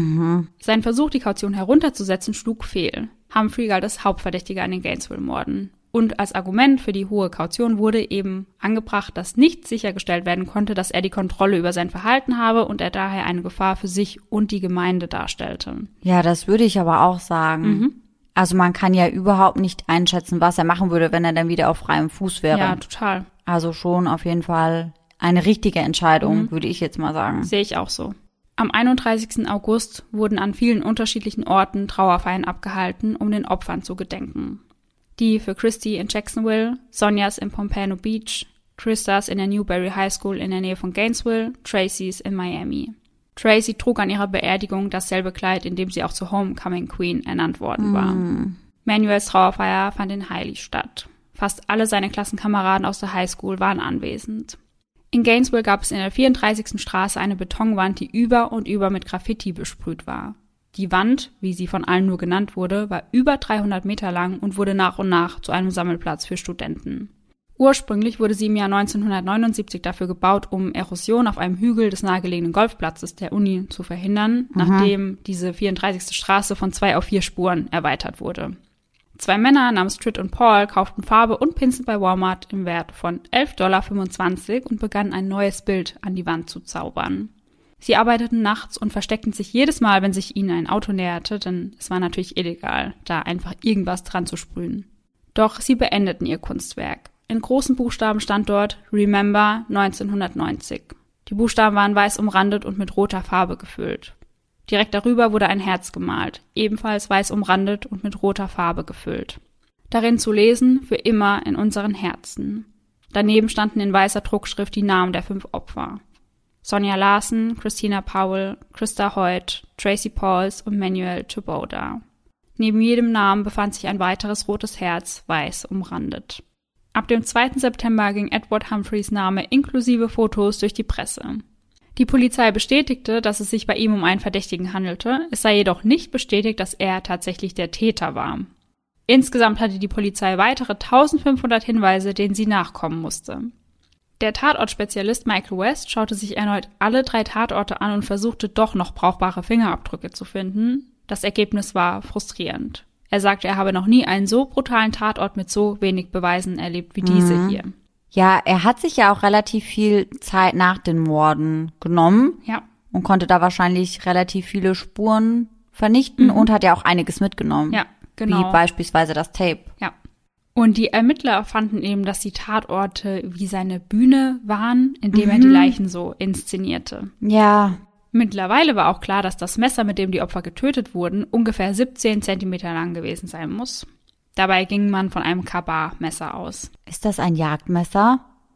Sein Versuch, die Kaution herunterzusetzen, schlug fehl. Humphrey galt als Hauptverdächtiger an den Gainesville-Morden. Und als Argument für die hohe Kaution wurde eben angebracht, dass nicht sichergestellt werden konnte, dass er die Kontrolle über sein Verhalten habe und er daher eine Gefahr für sich und die Gemeinde darstellte. Ja, das würde ich aber auch sagen. Also man kann ja überhaupt nicht einschätzen, was er machen würde, wenn er dann wieder auf freiem Fuß wäre. Ja, total. Also schon auf jeden Fall eine richtige Entscheidung, würde ich jetzt mal sagen. Sehe ich auch so. Am 31. August wurden an vielen unterschiedlichen Orten Trauerfeiern abgehalten, um den Opfern zu gedenken. Die für Christy in Jacksonville, Sonias in Pompano Beach, Christas in der Newberry High School in der Nähe von Gainesville, Tracys in Miami. Tracy trug an ihrer Beerdigung dasselbe Kleid, in dem sie auch zur Homecoming Queen ernannt worden war. Manuels Trauerfeier fand in Hailey statt. Fast alle seine Klassenkameraden aus der High School waren anwesend. In Gainesville gab es in der 34. Straße eine Betonwand, die über und über mit Graffiti besprüht war. Die Wand, wie sie von allen nur genannt wurde, war über 300 Meter lang und wurde nach und nach zu einem Sammelplatz für Studenten. Ursprünglich wurde sie im Jahr 1979 dafür gebaut, um Erosion auf einem Hügel des nahegelegenen Golfplatzes der Uni zu verhindern, nachdem diese 34. Straße von 2 auf 4 Spuren erweitert wurde. 2 Männer namens Tritt und Paul kauften Farbe und Pinsel bei Walmart im Wert von $11,25 und begannen ein neues Bild an die Wand zu zaubern. Sie arbeiteten nachts und versteckten sich jedes Mal, wenn sich ihnen ein Auto näherte, denn es war natürlich illegal, da einfach irgendwas dran zu sprühen. Doch sie beendeten ihr Kunstwerk. In großen Buchstaben stand dort Remember 1990. Die Buchstaben waren weiß umrandet und mit roter Farbe gefüllt. Direkt darüber wurde ein Herz gemalt, ebenfalls weiß umrandet und mit roter Farbe gefüllt. Darin zu lesen, für immer in unseren Herzen. Daneben standen in weißer Druckschrift die Namen der 5 Opfer. Sonia Larson, Christina Powell, Christa Hoyt, Tracy Pauls und Manuel Tuboda. Neben jedem Namen befand sich ein weiteres rotes Herz, weiß umrandet. Ab dem 2. September ging Edward Humphreys Name inklusive Fotos durch die Presse. Die Polizei bestätigte, dass es sich bei ihm um einen Verdächtigen handelte, es sei jedoch nicht bestätigt, dass er tatsächlich der Täter war. Insgesamt hatte die Polizei weitere 1500 Hinweise, denen sie nachkommen musste. Der Tatortspezialist Michael West schaute sich erneut alle 3 Tatorte an und versuchte doch noch brauchbare Fingerabdrücke zu finden. Das Ergebnis war frustrierend. Er sagte, er habe noch nie einen so brutalen Tatort mit so wenig Beweisen erlebt wie diese hier. Ja, er hat sich ja auch relativ viel Zeit nach den Morden genommen. Ja. Und konnte da wahrscheinlich relativ viele Spuren vernichten und hat ja auch einiges mitgenommen. Ja, genau. Wie beispielsweise das Tape. Ja. Und die Ermittler fanden eben, dass die Tatorte wie seine Bühne waren, indem er die Leichen so inszenierte. Ja. Mittlerweile war auch klar, dass das Messer, mit dem die Opfer getötet wurden, ungefähr 17 Zentimeter lang gewesen sein muss. Dabei ging man von einem Kabar-Messer aus. Ist das ein Jagdmesser?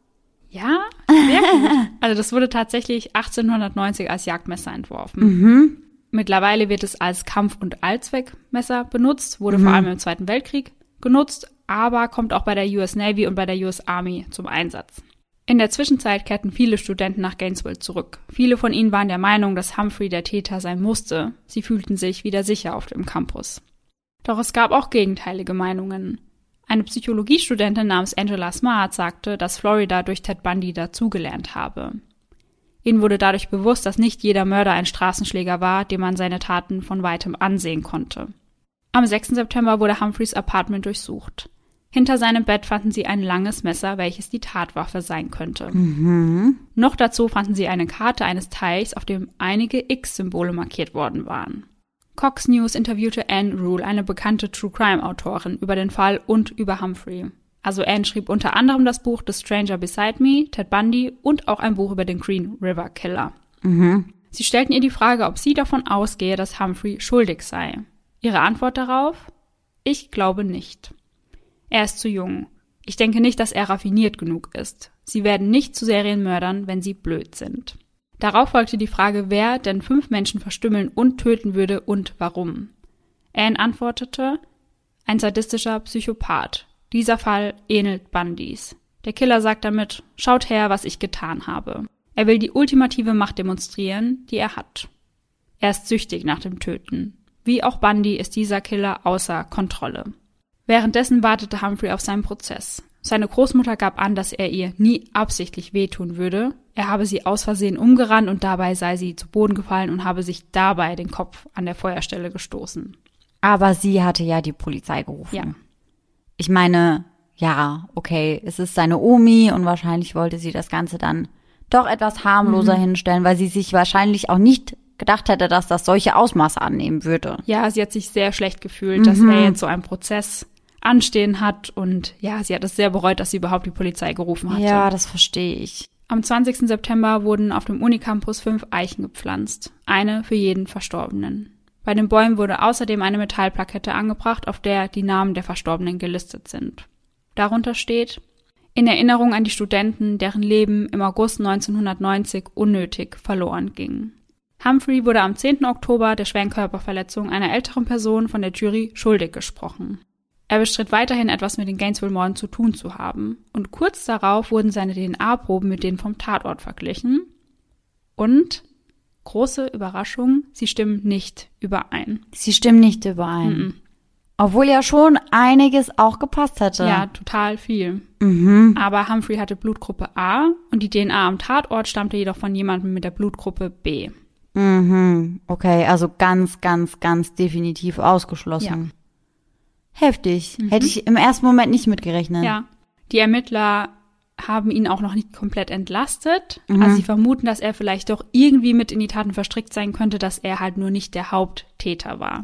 Ja, sehr gut. Also das wurde tatsächlich 1890 als Jagdmesser entworfen. Mittlerweile wird es als Kampf- und Allzweckmesser benutzt, wurde vor allem im Zweiten Weltkrieg genutzt, aber kommt auch bei der US Navy und bei der US Army zum Einsatz. In der Zwischenzeit kehrten viele Studenten nach Gainesville zurück. Viele von ihnen waren der Meinung, dass Humphrey der Täter sein musste. Sie fühlten sich wieder sicher auf dem Campus. Doch es gab auch gegenteilige Meinungen. Eine Psychologiestudentin namens Angela Smart sagte, dass Florida durch Ted Bundy dazugelernt habe. Ihnen wurde dadurch bewusst, dass nicht jeder Mörder ein Straßenschläger war, dem man seine Taten von weitem ansehen konnte. Am 6. September wurde Humphreys Apartment durchsucht. Hinter seinem Bett fanden sie ein langes Messer, welches die Tatwaffe sein könnte. Noch dazu fanden sie eine Karte eines Teichs, auf dem einige X-Symbole markiert worden waren. Cox News interviewte Anne Rule, eine bekannte True-Crime-Autorin, über den Fall und über Humphrey. Also Anne schrieb unter anderem das Buch The Stranger Beside Me, Ted Bundy und auch ein Buch über den Green River Killer. Sie stellten ihr die Frage, ob sie davon ausgehe, dass Humphrey schuldig sei. Ihre Antwort darauf? Ich glaube nicht. Er ist zu jung. Ich denke nicht, dass er raffiniert genug ist. Sie werden nicht zu Serienmördern, wenn sie blöd sind. Darauf folgte die Frage, wer denn 5 Menschen verstümmeln und töten würde und warum. Anne antwortete, ein sadistischer Psychopath. Dieser Fall ähnelt Bundys. Der Killer sagt damit, schaut her, was ich getan habe. Er will die ultimative Macht demonstrieren, die er hat. Er ist süchtig nach dem Töten. Wie auch Bundy ist dieser Killer außer Kontrolle. Währenddessen wartete Humphrey auf seinen Prozess. Seine Großmutter gab an, dass er ihr nie absichtlich wehtun würde. Er habe sie aus Versehen umgerannt und dabei sei sie zu Boden gefallen und habe sich dabei den Kopf an der Feuerstelle gestoßen. Aber sie hatte ja die Polizei gerufen. Ja. Ich meine, ja, okay, es ist seine Omi und wahrscheinlich wollte sie das Ganze dann doch etwas harmloser hinstellen, weil sie sich wahrscheinlich auch nicht gedacht hätte, dass das solche Ausmaße annehmen würde. Ja, sie hat sich sehr schlecht gefühlt, dass er jetzt so einen Prozess anstehen hat und ja, sie hat es sehr bereut, dass sie überhaupt die Polizei gerufen hatte. Ja, das verstehe ich. Am 20. September wurden auf dem Unicampus 5 Eichen gepflanzt, eine für jeden Verstorbenen. Bei den Bäumen wurde außerdem eine Metallplakette angebracht, auf der die Namen der Verstorbenen gelistet sind. Darunter steht: In Erinnerung an die Studenten, deren Leben im August 1990 unnötig verloren ging. Humphrey wurde am 10. Oktober der schweren Körperverletzung einer älteren Person von der Jury schuldig gesprochen. Er bestritt weiterhin, etwas mit den Gainesville-Morden zu tun zu haben. Und kurz darauf wurden seine DNA-Proben mit denen vom Tatort verglichen. Und, große Überraschung, sie stimmen nicht überein. Sie stimmen nicht überein. Obwohl ja schon einiges auch gepasst hätte. Ja, total viel. Aber Humphrey hatte Blutgruppe A und die DNA am Tatort stammte jedoch von jemandem mit der Blutgruppe B. Okay, also ganz, ganz, ganz definitiv ausgeschlossen. Ja. Heftig. Hätte ich im ersten Moment nicht mitgerechnet. Ja. Die Ermittler haben ihn auch noch nicht komplett entlastet. Also sie vermuten, dass er vielleicht doch irgendwie mit in die Taten verstrickt sein könnte, dass er halt nur nicht der Haupttäter war.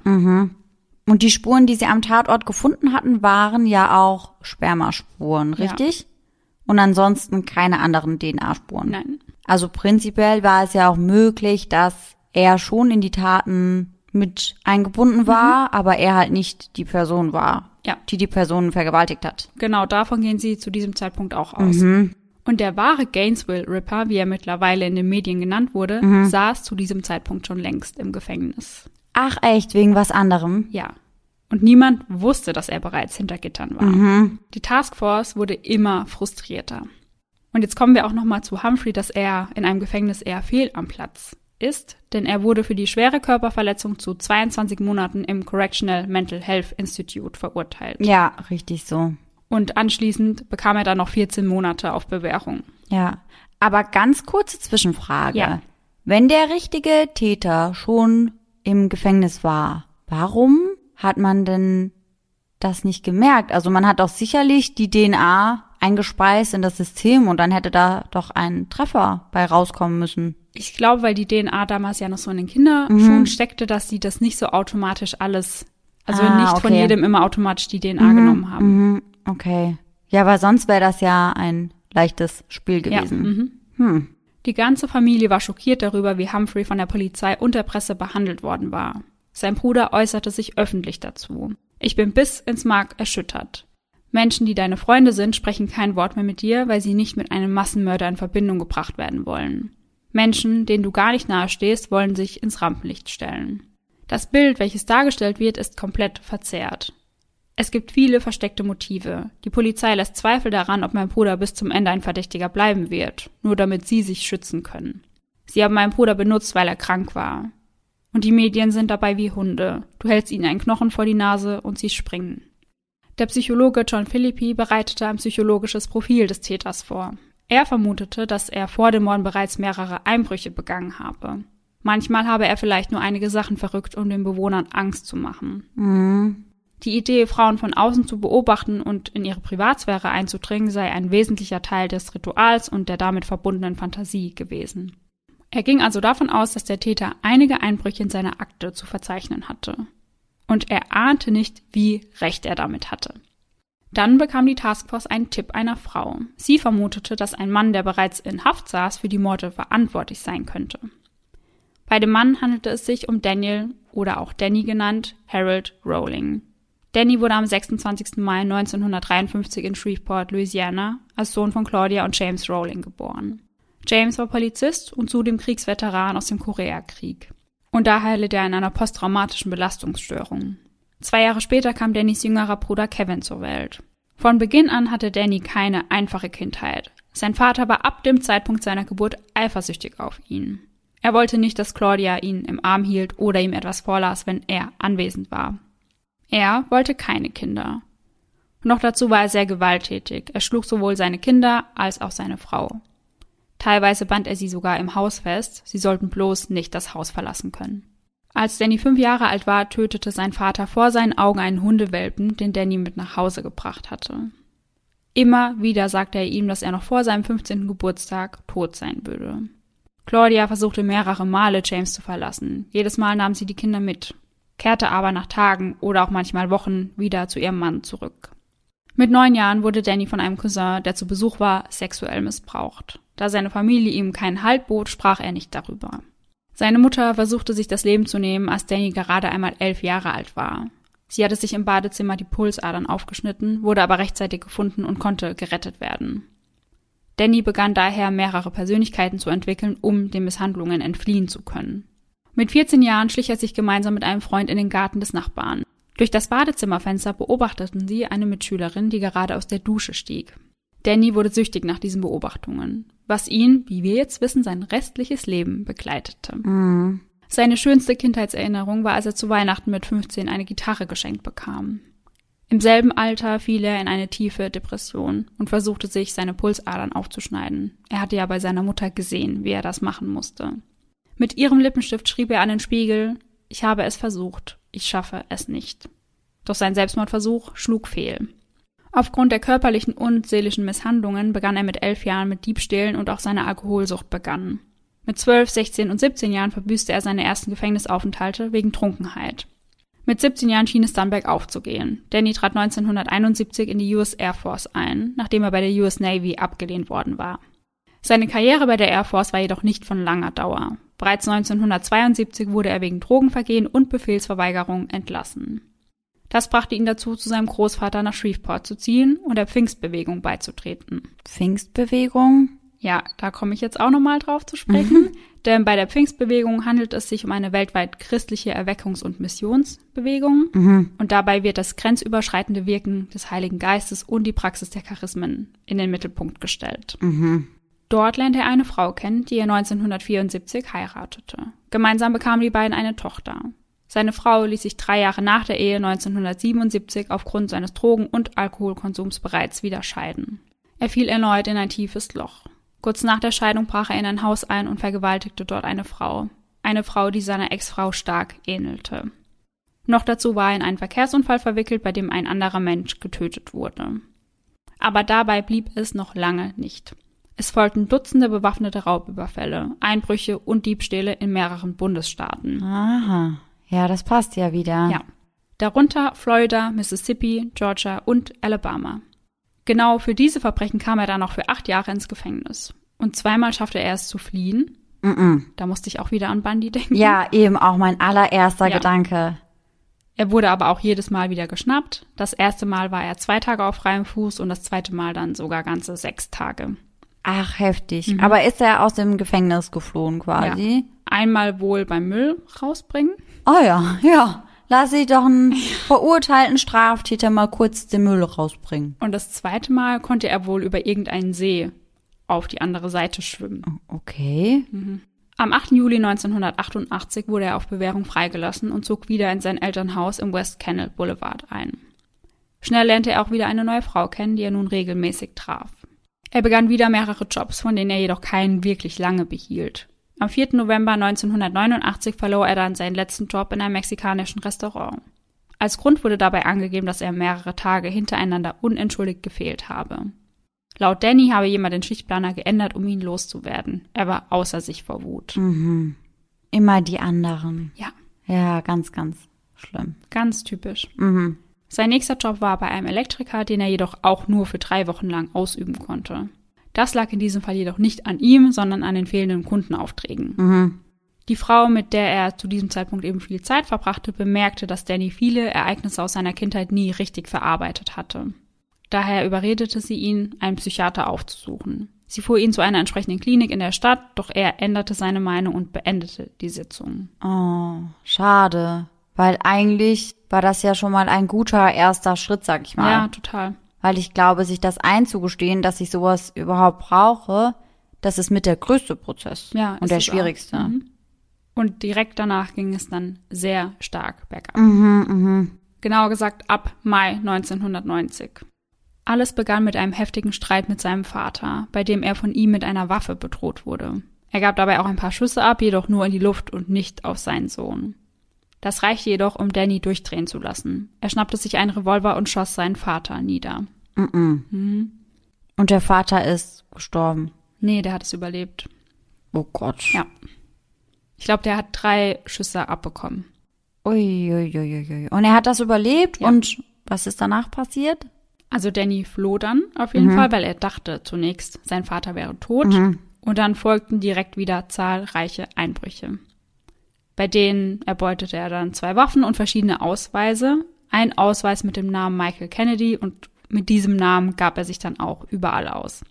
Und die Spuren, die sie am Tatort gefunden hatten, waren ja auch Spermaspuren, richtig? Ja. Und ansonsten keine anderen DNA-Spuren. Nein. Also prinzipiell war es ja auch möglich, dass er schon in die Taten mit eingebunden war, aber er halt nicht die Person war, die die Person vergewaltigt hat. Genau, davon gehen sie zu diesem Zeitpunkt auch aus. Und der wahre Gainesville-Ripper, wie er mittlerweile in den Medien genannt wurde, saß zu diesem Zeitpunkt schon längst im Gefängnis. Ach echt, wegen was anderem? Ja. Und niemand wusste, dass er bereits hinter Gittern war. Die Taskforce wurde immer frustrierter. Und jetzt kommen wir auch nochmal zu Humphrey, dass er in einem Gefängnis eher fehl am Platz ist, denn er wurde für die schwere Körperverletzung zu 22 Monaten im Correctional Mental Health Institute verurteilt. Ja, richtig so. Und anschließend bekam er dann noch 14 Monate auf Bewährung. Ja, aber ganz kurze Zwischenfrage. Ja. Wenn der richtige Täter schon im Gefängnis war, warum hat man denn das nicht gemerkt? Also man hat doch sicherlich die DNA eingespeist in das System und dann hätte da doch ein Treffer bei rauskommen müssen. Ich glaube, weil die DNA damals ja noch so in den Kinderschuhen steckte, dass sie das nicht so automatisch alles, also nicht von jedem immer automatisch die DNA genommen haben. Okay. Ja, weil sonst wäre das ja ein leichtes Spiel gewesen. Die ganze Familie war schockiert darüber, wie Humphrey von der Polizei und der Presse behandelt worden war. Sein Bruder äußerte sich öffentlich dazu. Ich bin bis ins Mark erschüttert. Menschen, die deine Freunde sind, sprechen kein Wort mehr mit dir, weil sie nicht mit einem Massenmörder in Verbindung gebracht werden wollen. Menschen, denen du gar nicht nahe stehst, wollen sich ins Rampenlicht stellen. Das Bild, welches dargestellt wird, ist komplett verzerrt. Es gibt viele versteckte Motive. Die Polizei lässt Zweifel daran, ob mein Bruder bis zum Ende ein Verdächtiger bleiben wird, nur damit sie sich schützen können. Sie haben meinen Bruder benutzt, weil er krank war. Und die Medien sind dabei wie Hunde. Du hältst ihnen einen Knochen vor die Nase und sie springen. Der Psychologe John Philippi bereitete ein psychologisches Profil des Täters vor. Er vermutete, dass er vor dem Morden bereits mehrere Einbrüche begangen habe. Manchmal habe er vielleicht nur einige Sachen verrückt, um den Bewohnern Angst zu machen. Die Idee, Frauen von außen zu beobachten und in ihre Privatsphäre einzudringen, sei ein wesentlicher Teil des Rituals und der damit verbundenen Fantasie gewesen. Er ging also davon aus, dass der Täter einige Einbrüche in seiner Akte zu verzeichnen hatte. Und er ahnte nicht, wie recht er damit hatte. Dann bekam die Taskforce einen Tipp einer Frau. Sie vermutete, dass ein Mann, der bereits in Haft saß, für die Morde verantwortlich sein könnte. Bei dem Mann handelte es sich um Daniel, oder auch Danny genannt, Harold Rowling. Danny wurde am 26. Mai 1953 in Shreveport, Louisiana, als Sohn von Claudia und James Rowling geboren. James war Polizist und zudem Kriegsveteran aus dem Koreakrieg. Und daher litt er an einer posttraumatischen Belastungsstörung. 2 Jahre später kam Dannys jüngerer Bruder Kevin zur Welt. Von Beginn an hatte Danny keine einfache Kindheit. Sein Vater war ab dem Zeitpunkt seiner Geburt eifersüchtig auf ihn. Er wollte nicht, dass Claudia ihn im Arm hielt oder ihm etwas vorlas, wenn er anwesend war. Er wollte keine Kinder. Noch dazu war er sehr gewalttätig. Er schlug sowohl seine Kinder als auch seine Frau. Teilweise band er sie sogar im Haus fest. Sie sollten bloß nicht das Haus verlassen können. Als Danny 5 Jahre alt war, tötete sein Vater vor seinen Augen einen Hundewelpen, den Danny mit nach Hause gebracht hatte. Immer wieder sagte er ihm, dass er noch vor seinem 15. Geburtstag tot sein würde. Claudia versuchte mehrere Male, James zu verlassen. Jedes Mal nahm sie die Kinder mit, kehrte aber nach Tagen oder auch manchmal Wochen wieder zu ihrem Mann zurück. Mit 9 Jahren wurde Danny von einem Cousin, der zu Besuch war, sexuell missbraucht. Da seine Familie ihm keinen Halt bot, sprach er nicht darüber. Seine Mutter versuchte sich das Leben zu nehmen, als Danny gerade einmal 11 Jahre alt war. Sie hatte sich im Badezimmer die Pulsadern aufgeschnitten, wurde aber rechtzeitig gefunden und konnte gerettet werden. Danny begann daher, mehrere Persönlichkeiten zu entwickeln, um den Misshandlungen entfliehen zu können. Mit 14 Jahren schlich er sich gemeinsam mit einem Freund in den Garten des Nachbarn. Durch das Badezimmerfenster beobachteten sie eine Mitschülerin, die gerade aus der Dusche stieg. Danny wurde süchtig nach diesen Beobachtungen, was ihn, wie wir jetzt wissen, sein restliches Leben begleitete. Mhm. Seine schönste Kindheitserinnerung war, als er zu Weihnachten mit 15 eine Gitarre geschenkt bekam. Im selben Alter fiel er in eine tiefe Depression und versuchte sich, seine Pulsadern aufzuschneiden. Er hatte ja bei seiner Mutter gesehen, wie er das machen musste. Mit ihrem Lippenstift schrieb er an den Spiegel: „Ich habe es versucht, ich schaffe es nicht." Doch sein Selbstmordversuch schlug fehl. Aufgrund der körperlichen und seelischen Misshandlungen begann er mit 11 Jahren mit Diebstählen und auch seine Alkoholsucht begann. Mit 12, 16 und 17 Jahren verbüßte er seine ersten Gefängnisaufenthalte wegen Trunkenheit. Mit 17 Jahren schien es dann bergauf zu gehen. Danny trat 1971 in die US Air Force ein, nachdem er bei der US Navy abgelehnt worden war. Seine Karriere bei der Air Force war jedoch nicht von langer Dauer. Bereits 1972 wurde er wegen Drogenvergehen und Befehlsverweigerung entlassen. Das brachte ihn dazu, zu seinem Großvater nach Shreveport zu ziehen und der Pfingstbewegung beizutreten. Pfingstbewegung? Ja, da komme ich jetzt auch nochmal drauf zu sprechen, denn bei der Pfingstbewegung handelt es sich um eine weltweit christliche Erweckungs- und Missionsbewegung und dabei wird das grenzüberschreitende Wirken des Heiligen Geistes und die Praxis der Charismen in den Mittelpunkt gestellt. Dort lernte er eine Frau kennen, die er 1974 heiratete. Gemeinsam bekamen die beiden eine Tochter. Seine Frau ließ sich 3 Jahre nach der Ehe 1977 aufgrund seines Drogen- und Alkoholkonsums bereits wieder scheiden. Er fiel erneut in ein tiefes Loch. Kurz nach der Scheidung brach er in ein Haus ein und vergewaltigte dort eine Frau, die seiner Ex-Frau stark ähnelte. Noch dazu war er in einen Verkehrsunfall verwickelt, bei dem ein anderer Mensch getötet wurde. Aber dabei blieb es noch lange nicht. Es folgten Dutzende bewaffnete Raubüberfälle, Einbrüche und Diebstähle in mehreren Bundesstaaten. Aha, ja, das passt ja wieder. Ja, darunter Florida, Mississippi, Georgia und Alabama. Genau für diese Verbrechen kam er dann noch für 8 Jahre ins Gefängnis. Und 2-mal schaffte er es zu fliehen. Da musste ich auch wieder an Bundy denken. Ja, eben auch mein allererster Gedanke. Er wurde aber auch jedes Mal wieder geschnappt. Das erste Mal war er 2 Tage auf freiem Fuß und das zweite Mal dann sogar ganze 6 Tage. Ach, heftig. Aber ist er aus dem Gefängnis geflohen quasi? Ja. Einmal wohl beim Müll rausbringen. Oh ja. Lass ich doch einen verurteilten Straftäter mal kurz den Müll rausbringen. Und das zweite Mal konnte er wohl über irgendeinen See auf die andere Seite schwimmen. Okay. Am 8. Juli 1988 wurde er auf Bewährung freigelassen und zog wieder in sein Elternhaus im West Canal Boulevard ein. Schnell lernte er auch wieder eine neue Frau kennen, die er nun regelmäßig traf. Er begann wieder mehrere Jobs, von denen er jedoch keinen wirklich lange behielt. Am 4. November 1989 verlor er dann seinen letzten Job in einem mexikanischen Restaurant. Als Grund wurde dabei angegeben, dass er mehrere Tage hintereinander unentschuldigt gefehlt habe. Laut Danny habe jemand den Schichtplaner geändert, um ihn loszuwerden. Er war außer sich vor Wut. Mhm. Immer die anderen. Ja. Ja, ganz, ganz schlimm. Ganz typisch. Mhm. Sein nächster Job war bei einem Elektriker, den er jedoch auch nur für 3 Wochen lang ausüben konnte. Das lag in diesem Fall jedoch nicht an ihm, sondern an den fehlenden Kundenaufträgen. Mhm. Die Frau, mit der er zu diesem Zeitpunkt eben viel Zeit verbrachte, bemerkte, dass Danny viele Ereignisse aus seiner Kindheit nie richtig verarbeitet hatte. Daher überredete sie ihn, einen Psychiater aufzusuchen. Sie fuhr ihn zu einer entsprechenden Klinik in der Stadt, doch er änderte seine Meinung und beendete die Sitzung. Oh, schade. Weil eigentlich war das ja schon mal ein guter erster Schritt, sag ich mal. Ja, total. Weil ich glaube, sich das einzugestehen, dass ich sowas überhaupt brauche, das ist mit der größte Prozess. Ja, und der schwierigste. Mhm. Und direkt danach ging es dann sehr stark bergab. Genauer gesagt ab Mai 1990. Alles begann mit einem heftigen Streit mit seinem Vater, bei dem er von ihm mit einer Waffe bedroht wurde. Er gab dabei auch ein paar Schüsse ab, jedoch nur in die Luft und nicht auf seinen Sohn. Das reichte jedoch, um Danny durchdrehen zu lassen. Er schnappte sich einen Revolver und schoss seinen Vater nieder. Und der Vater ist gestorben. Nee, der hat es überlebt. Oh Gott. Ja. Ich glaube, der hat 3 Schüsse abbekommen. Uiuiuiui. Und er hat das überlebt? Ja. Und was ist danach passiert? Also Danny floh dann auf jeden Fall, weil er dachte zunächst, sein Vater wäre tot. Und dann folgten direkt wieder zahlreiche Einbrüche. Bei denen erbeutete er dann 2 Waffen und verschiedene Ausweise. Ein Ausweis mit dem Namen Michael Kennedy und mit diesem Namen gab er sich dann auch überall aus.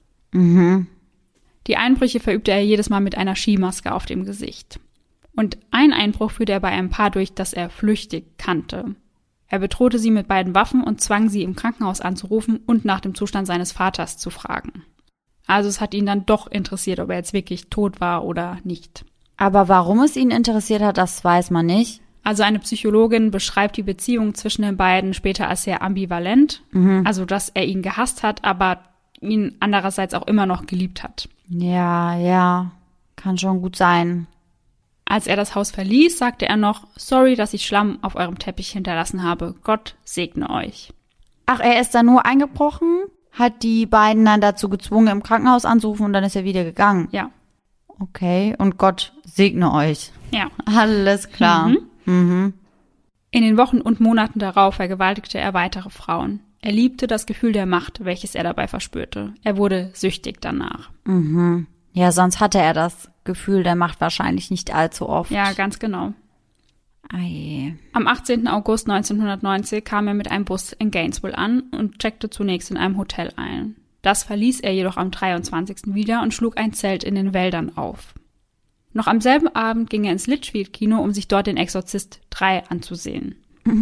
Die Einbrüche verübte er jedes Mal mit einer Skimaske auf dem Gesicht. Und einen Einbruch führte er bei einem Paar durch, das er flüchtig kannte. Er bedrohte sie mit beiden Waffen und zwang sie im Krankenhaus anzurufen und nach dem Zustand seines Vaters zu fragen. Also es hat ihn dann doch interessiert, ob er jetzt wirklich tot war oder nicht. Aber warum es ihn interessiert hat, das weiß man nicht. Also eine Psychologin beschreibt die Beziehung zwischen den beiden später als sehr ambivalent. Also dass er ihn gehasst hat, aber ihn andererseits auch immer noch geliebt hat. Ja, kann schon gut sein. Als er das Haus verließ, sagte er noch, sorry, dass ich Schlamm auf eurem Teppich hinterlassen habe. Gott segne euch. Ach, er ist da nur eingebrochen, hat die beiden dann dazu gezwungen, im Krankenhaus anzurufen und dann ist er wieder gegangen. Ja. Okay, und Gott segne euch. Ja. Alles klar. In den Wochen und Monaten darauf vergewaltigte er weitere Frauen. Er liebte das Gefühl der Macht, welches er dabei verspürte. Er wurde süchtig danach. Ja, sonst hatte er das Gefühl der Macht wahrscheinlich nicht allzu oft. Ja, ganz genau. Ei. Am 18. August 1990 kam er mit einem Bus in Gainesville an und checkte zunächst in einem Hotel ein. Das verließ er jedoch am 23. wieder und schlug ein Zelt in den Wäldern auf. Noch am selben Abend ging er ins Litchfield-Kino, um sich dort den Exorzist 3 anzusehen.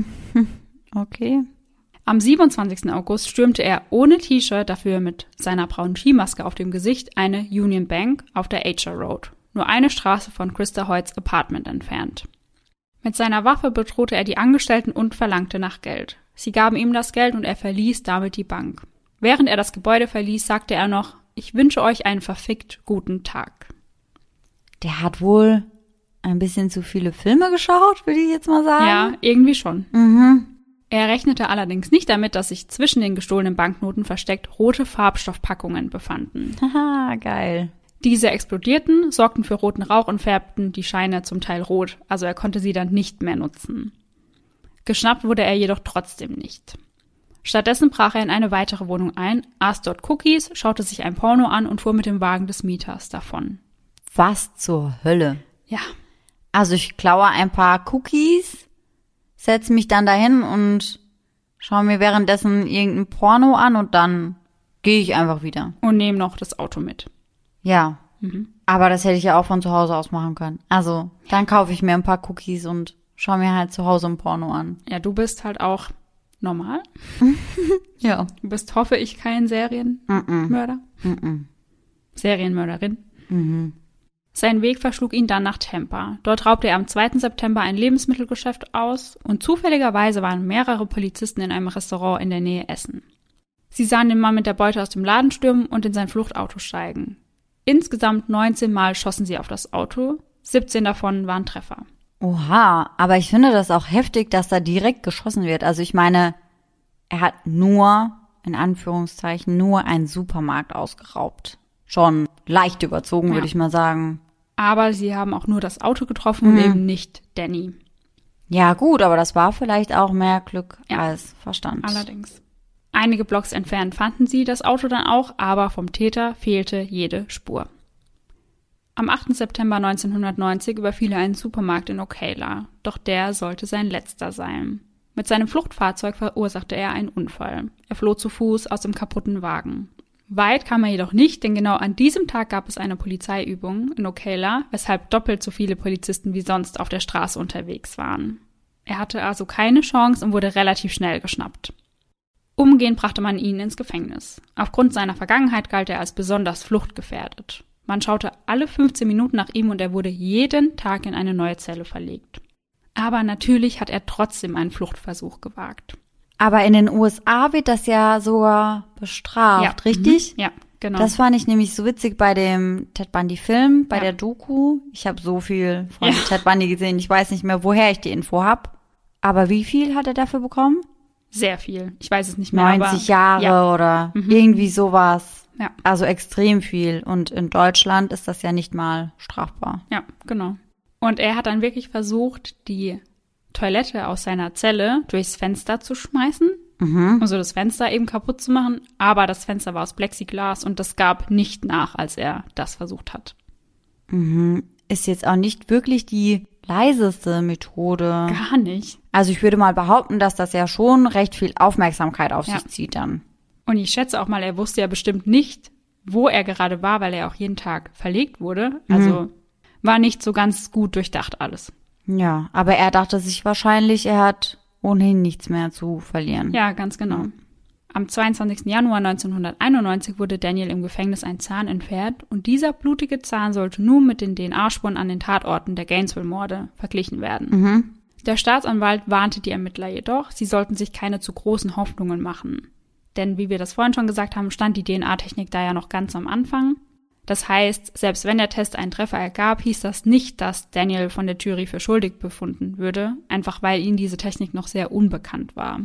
Okay. Am 27. August stürmte er ohne T-Shirt, dafür mit seiner braunen Skimaske auf dem Gesicht, eine Union Bank auf der Acher Road, nur eine Straße von Christa Hoyts Apartment entfernt. Mit seiner Waffe bedrohte er die Angestellten und verlangte nach Geld. Sie gaben ihm das Geld und er verließ damit die Bank. Während er das Gebäude verließ, sagte er noch, ich wünsche euch einen verfickt guten Tag. Der hat wohl ein bisschen zu viele Filme geschaut, würde ich jetzt mal sagen. Ja, irgendwie schon. Er rechnete allerdings nicht damit, dass sich zwischen den gestohlenen Banknoten versteckt rote Farbstoffpackungen befanden. Haha, geil. Diese explodierten, sorgten für roten Rauch und färbten die Scheine zum Teil rot, also er konnte sie dann nicht mehr nutzen. Geschnappt wurde er jedoch trotzdem nicht. Stattdessen brach er in eine weitere Wohnung ein, aß dort Cookies, schaute sich ein Porno an und fuhr mit dem Wagen des Mieters davon. Was zur Hölle? Ja. Also ich klaue ein paar Cookies, setze mich dann dahin und schaue mir währenddessen irgendein Porno an und dann gehe ich einfach wieder. Und nehme noch das Auto mit. Ja, aber das hätte ich ja auch von zu Hause aus machen können. Also dann kaufe ich mir ein paar Cookies und schaue mir halt zu Hause ein Porno an. Ja, du bist halt auch normal. Ja. Du bist, hoffe ich, kein Serienmörder. Serienmörderin. Sein Weg verschlug ihn dann nach Tampa. Dort raubte er am 2. September ein Lebensmittelgeschäft aus und zufälligerweise waren mehrere Polizisten in einem Restaurant in der Nähe essen. Sie sahen den Mann mit der Beute aus dem Laden stürmen und in sein Fluchtauto steigen. Insgesamt 19 Mal schossen sie auf das Auto, 17 davon waren Treffer. Oha, aber ich finde das auch heftig, dass da direkt geschossen wird. Also ich meine, er hat nur in Anführungszeichen, nur einen Supermarkt ausgeraubt. Schon leicht überzogen, würde ich mal sagen. Aber sie haben auch nur das Auto getroffen und eben nicht Danny. Ja gut, aber das war vielleicht auch mehr Glück als Verstand. Allerdings. Einige Blocks entfernt fanden sie das Auto dann auch, aber vom Täter fehlte jede Spur. Am 8. September 1990 überfiel er einen Supermarkt in Ocala, doch der sollte sein letzter sein. Mit seinem Fluchtfahrzeug verursachte er einen Unfall. Er floh zu Fuß aus dem kaputten Wagen. Weit kam er jedoch nicht, denn genau an diesem Tag gab es eine Polizeiübung in Ocala, weshalb doppelt so viele Polizisten wie sonst auf der Straße unterwegs waren. Er hatte also keine Chance und wurde relativ schnell geschnappt. Umgehend brachte man ihn ins Gefängnis. Aufgrund seiner Vergangenheit galt er als besonders fluchtgefährdet. Man schaute alle 15 Minuten nach ihm und er wurde jeden Tag in eine neue Zelle verlegt. Aber natürlich hat er trotzdem einen Fluchtversuch gewagt. Aber in den USA wird das ja sogar bestraft, richtig? Ja, genau. Das fand ich nämlich so witzig bei dem Ted Bundy-Film, bei der Doku. Ich habe so viel von Ted Bundy gesehen, ich weiß nicht mehr, woher ich die Info habe. Aber wie viel hat er dafür bekommen? Sehr viel. Ich weiß es nicht mehr. 90 Jahre oder irgendwie sowas. Ja. Also extrem viel. Und in Deutschland ist das ja nicht mal strafbar. Ja, genau. Und er hat dann wirklich versucht, die Toilette aus seiner Zelle durchs Fenster zu schmeißen. Also das Fenster eben kaputt zu machen. Aber das Fenster war aus Plexiglas und das gab nicht nach, als er das versucht hat. Ist jetzt auch nicht wirklich die leiseste Methode. Gar nicht. Also ich würde mal behaupten, dass das ja schon recht viel Aufmerksamkeit auf sich zieht dann. Und ich schätze auch mal, er wusste ja bestimmt nicht, wo er gerade war, weil er auch jeden Tag verlegt wurde. Also war nicht so ganz gut durchdacht alles. Ja, aber er dachte sich wahrscheinlich, er hat ohnehin nichts mehr zu verlieren. Ja, ganz genau. Am 22. Januar 1991 wurde Daniel im Gefängnis ein Zahn entfernt und dieser blutige Zahn sollte nun mit den DNA-Spuren an den Tatorten der Gainesville-Morde verglichen werden. Der Staatsanwalt warnte die Ermittler jedoch, sie sollten sich keine zu großen Hoffnungen machen. Denn wie wir das vorhin schon gesagt haben, stand die DNA-Technik da ja noch ganz am Anfang. Das heißt, selbst wenn der Test einen Treffer ergab, hieß das nicht, dass Daniel von der Jury für schuldig befunden würde, einfach weil ihnen diese Technik noch sehr unbekannt war.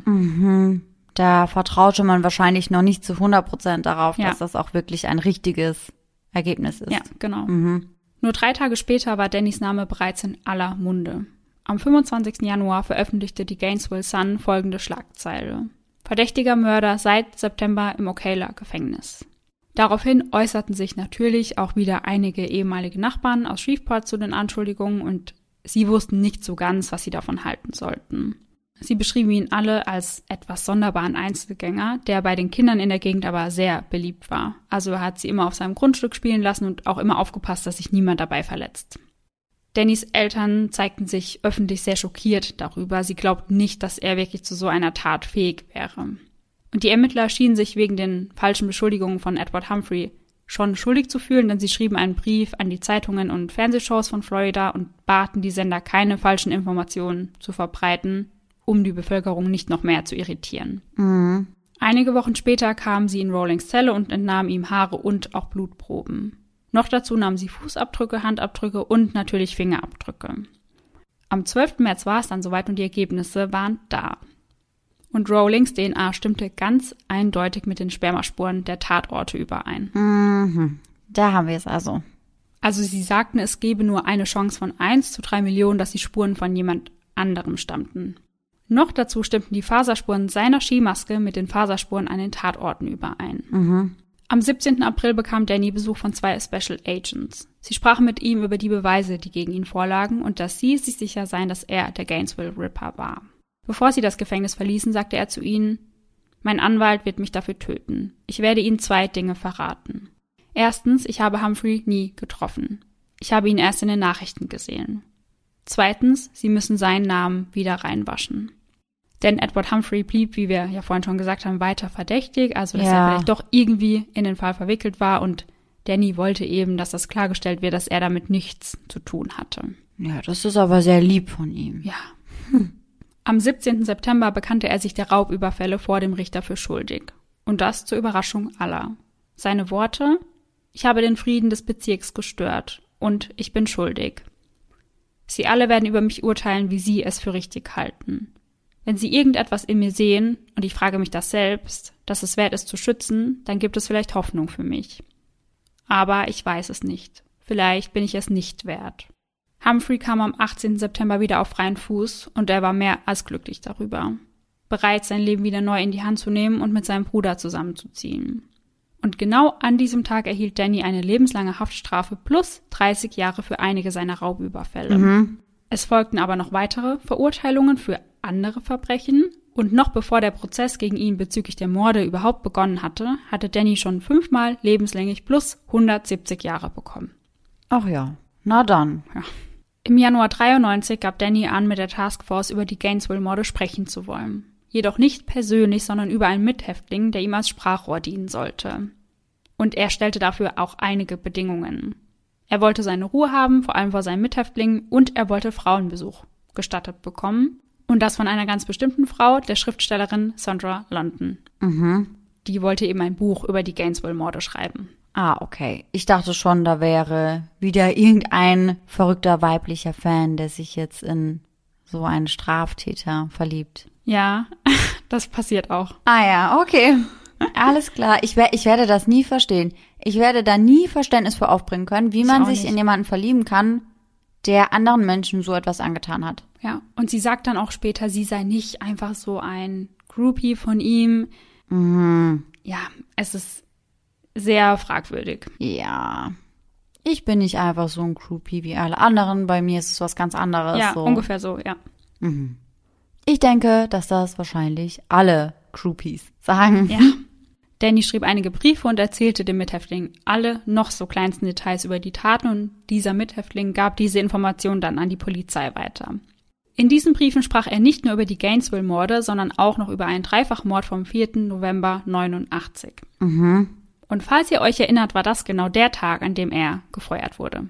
Da vertraute man wahrscheinlich noch nicht zu 100% darauf, dass das auch wirklich ein richtiges Ergebnis ist. Ja, genau. Nur 3 Tage später war Dannys Name bereits in aller Munde. Am 25. Januar veröffentlichte die Gainesville Sun folgende Schlagzeile: Verdächtiger Mörder seit September im Ocala-Gefängnis. Daraufhin äußerten sich natürlich auch wieder einige ehemalige Nachbarn aus Shreveport zu den Anschuldigungen und sie wussten nicht so ganz, was sie davon halten sollten. Sie beschrieben ihn alle als etwas sonderbaren Einzelgänger, der bei den Kindern in der Gegend aber sehr beliebt war. Also er hat sie immer auf seinem Grundstück spielen lassen und auch immer aufgepasst, dass sich niemand dabei verletzt. Dannys Eltern zeigten sich öffentlich sehr schockiert darüber. Sie glaubten nicht, dass er wirklich zu so einer Tat fähig wäre. Und die Ermittler schienen sich wegen den falschen Beschuldigungen von Edward Humphrey schon schuldig zu fühlen, denn sie schrieben einen Brief an die Zeitungen und Fernsehshows von Florida und baten die Sender, keine falschen Informationen zu verbreiten, um die Bevölkerung nicht noch mehr zu irritieren. Einige Wochen später kamen sie in Rawlings Zelle und entnahmen ihm Haare und auch Blutproben. Noch dazu nahmen sie Fußabdrücke, Handabdrücke und natürlich Fingerabdrücke. Am 12. März war es dann soweit und die Ergebnisse waren da. Und Rawlings DNA stimmte ganz eindeutig mit den Spermaspuren der Tatorte überein. Da haben wir es also. Also sie sagten, es gebe nur eine Chance von 1 zu 3 Millionen, dass die Spuren von jemand anderem stammten. Noch dazu stimmten die Faserspuren seiner Skimaske mit den Faserspuren an den Tatorten überein. Am 17. April bekam Danny Besuch von 2 Special Agents. Sie sprachen mit ihm über die Beweise, die gegen ihn vorlagen und dass sie sich sicher seien, dass er der Gainesville Ripper war. Bevor sie das Gefängnis verließen, sagte er zu ihnen: Mein Anwalt wird mich dafür töten. Ich werde Ihnen 2 Dinge verraten. Erstens, ich habe Humphrey nie getroffen. Ich habe ihn erst in den Nachrichten gesehen. Zweitens, Sie müssen seinen Namen wieder reinwaschen. Denn Edward Humphrey blieb, wie wir ja vorhin schon gesagt haben, weiter verdächtig, also dass er vielleicht doch irgendwie in den Fall verwickelt war und Danny wollte eben, dass das klargestellt wird, dass er damit nichts zu tun hatte. Ja, das ist aber sehr lieb von ihm. Ja. Am 17. September bekannte er sich der Raubüberfälle vor dem Richter für schuldig. Und das zur Überraschung aller. Seine Worte: Ich habe den Frieden des Bezirks gestört und ich bin schuldig. Sie alle werden über mich urteilen, wie sie es für richtig halten. Wenn Sie irgendetwas in mir sehen, und ich frage mich das selbst, dass es wert ist zu schützen, dann gibt es vielleicht Hoffnung für mich. Aber ich weiß es nicht. Vielleicht bin ich es nicht wert. Humphrey kam am 18. September wieder auf freien Fuß und er war mehr als glücklich darüber. Bereit, sein Leben wieder neu in die Hand zu nehmen und mit seinem Bruder zusammenzuziehen. Und genau an diesem Tag erhielt Danny eine lebenslange Haftstrafe plus 30 Jahre für einige seiner Raubüberfälle. Es folgten aber noch weitere Verurteilungen für andere Verbrechen und noch bevor der Prozess gegen ihn bezüglich der Morde überhaupt begonnen hatte, hatte Danny schon 5-mal lebenslänglich plus 170 Jahre bekommen. Ach ja, na dann. Ja. Im Januar 93 gab Danny an, mit der Taskforce über die Gainesville-Morde sprechen zu wollen. Jedoch nicht persönlich, sondern über einen Mithäftling, der ihm als Sprachrohr dienen sollte. Und er stellte dafür auch einige Bedingungen. Er wollte seine Ruhe haben, vor allem vor seinen Mithäftlingen, und er wollte Frauenbesuch gestattet bekommen. Und das von einer ganz bestimmten Frau, der Schriftstellerin Sandra London. Die wollte eben ein Buch über die Gainesville-Morde schreiben. Ah, okay. Ich dachte schon, da wäre wieder irgendein verrückter weiblicher Fan, der sich jetzt in so einen Straftäter verliebt. Ja, das passiert auch. Ah ja, okay. Alles klar. Ich werde das nie verstehen. Ich werde da nie Verständnis für aufbringen können, wie man sich in jemanden verlieben kann, der anderen Menschen so etwas angetan hat. Ja, und sie sagt dann auch später, sie sei nicht einfach so ein Groupie von ihm. Ja, es ist sehr fragwürdig. Ja. Ich bin nicht einfach so ein Groupie wie alle anderen. Bei mir ist es was ganz anderes. Ja, so. Ungefähr so, ja. Ich denke, dass das wahrscheinlich alle Groupies sagen. Ja. Danny schrieb einige Briefe und erzählte dem Mithäftling alle noch so kleinsten Details über die Taten und dieser Mithäftling gab diese Informationen dann an die Polizei weiter. In diesen Briefen sprach er nicht nur über die Gainesville-Morde, sondern auch noch über einen Dreifachmord vom 4. November 89. Und falls ihr euch erinnert, war das genau der Tag, an dem er gefeuert wurde.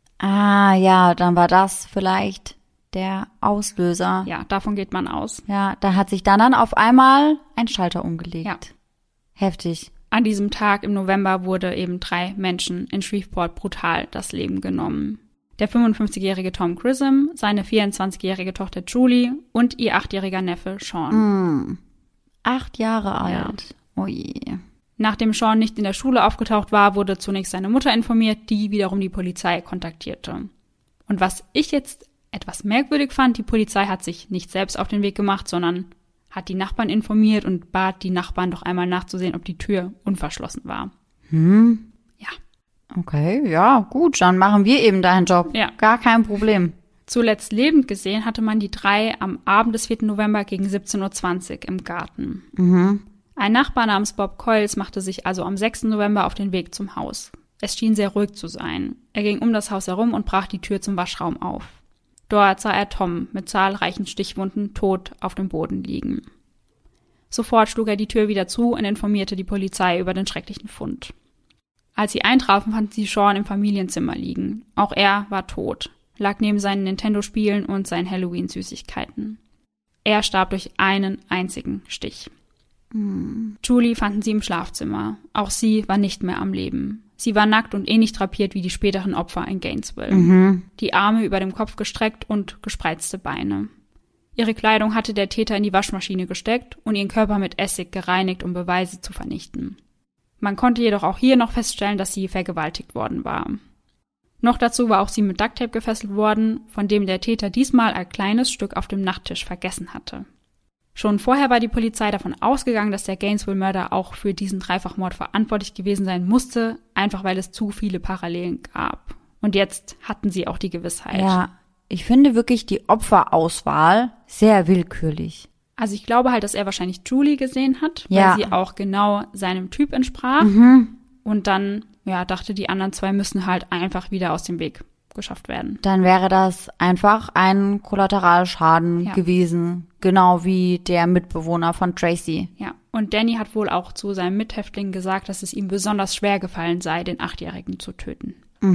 Ah ja, dann war das vielleicht der Auslöser. Ja, davon geht man aus. Ja, da hat sich dann auf einmal ein Schalter umgelegt. Ja. Heftig. An diesem Tag im November wurde eben 3 Menschen in Shreveport brutal das Leben genommen. Der 55-jährige Tom Grissom, seine 24-jährige Tochter Julie und ihr 8-jähriger Neffe Sean. 8 Jahre alt. Oh je. Nachdem Sean nicht in der Schule aufgetaucht war, wurde zunächst seine Mutter informiert, die wiederum die Polizei kontaktierte. Und was ich jetzt etwas merkwürdig fand, die Polizei hat sich nicht selbst auf den Weg gemacht, sondern hat die Nachbarn informiert und bat die Nachbarn doch einmal nachzusehen, ob die Tür unverschlossen war. Ja. Okay, ja, gut, dann machen wir eben deinen Job. Ja. Gar kein Problem. Zuletzt lebend gesehen hatte man die 3 am Abend des 4. November gegen 17:20 Uhr im Garten. Ein Nachbar namens Bob Coyles machte sich also am 6. November auf den Weg zum Haus. Es schien sehr ruhig zu sein. Er ging um das Haus herum und brach die Tür zum Waschraum auf. Dort sah er Tom mit zahlreichen Stichwunden tot auf dem Boden liegen. Sofort schlug er die Tür wieder zu und informierte die Polizei über den schrecklichen Fund. Als sie eintrafen, fanden sie Sean im Familienzimmer liegen. Auch er war tot, lag neben seinen Nintendo-Spielen und seinen Halloween-Süßigkeiten. Er starb durch einen einzigen Stich. Julie fanden sie im Schlafzimmer. Auch sie war nicht mehr am Leben. Sie war nackt und ähnlich drapiert wie die späteren Opfer in Gainesville. Die Arme über dem Kopf gestreckt und gespreizte Beine. Ihre Kleidung hatte der Täter in die Waschmaschine gesteckt und ihren Körper mit Essig gereinigt, um Beweise zu vernichten. Man konnte jedoch auch hier noch feststellen, dass sie vergewaltigt worden war. Noch dazu war auch sie mit Ducktape gefesselt worden, von dem der Täter diesmal ein kleines Stück auf dem Nachttisch vergessen hatte. Schon vorher war die Polizei davon ausgegangen, dass der Gainesville-Mörder auch für diesen Dreifachmord verantwortlich gewesen sein musste, einfach weil es zu viele Parallelen gab. Und jetzt hatten sie auch die Gewissheit. Ja, ich finde wirklich die Opferauswahl sehr willkürlich. Also ich glaube halt, dass er wahrscheinlich Julie gesehen hat, Ja. weil sie auch genau seinem Typ entsprach. Und dann, ja, dachte, die anderen 2 müssen halt einfach wieder aus dem Weg geschafft werden. Dann wäre das einfach ein Kollateralschaden gewesen. Genau wie der Mitbewohner von Tracy. Ja, und Danny hat wohl auch zu seinem Mithäftling gesagt, dass es ihm besonders schwer gefallen sei, den 8-Jährigen zu töten.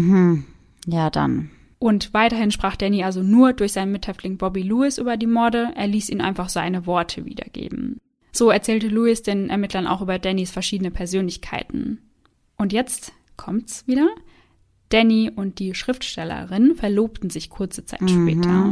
Ja, dann. Und weiterhin sprach Danny also nur durch seinen Mithäftling Bobby Lewis über die Morde. Er ließ ihn einfach seine Worte wiedergeben. So erzählte Lewis den Ermittlern auch über Dannys verschiedene Persönlichkeiten. Und jetzt kommt's wieder. Danny und die Schriftstellerin verlobten sich kurze Zeit später.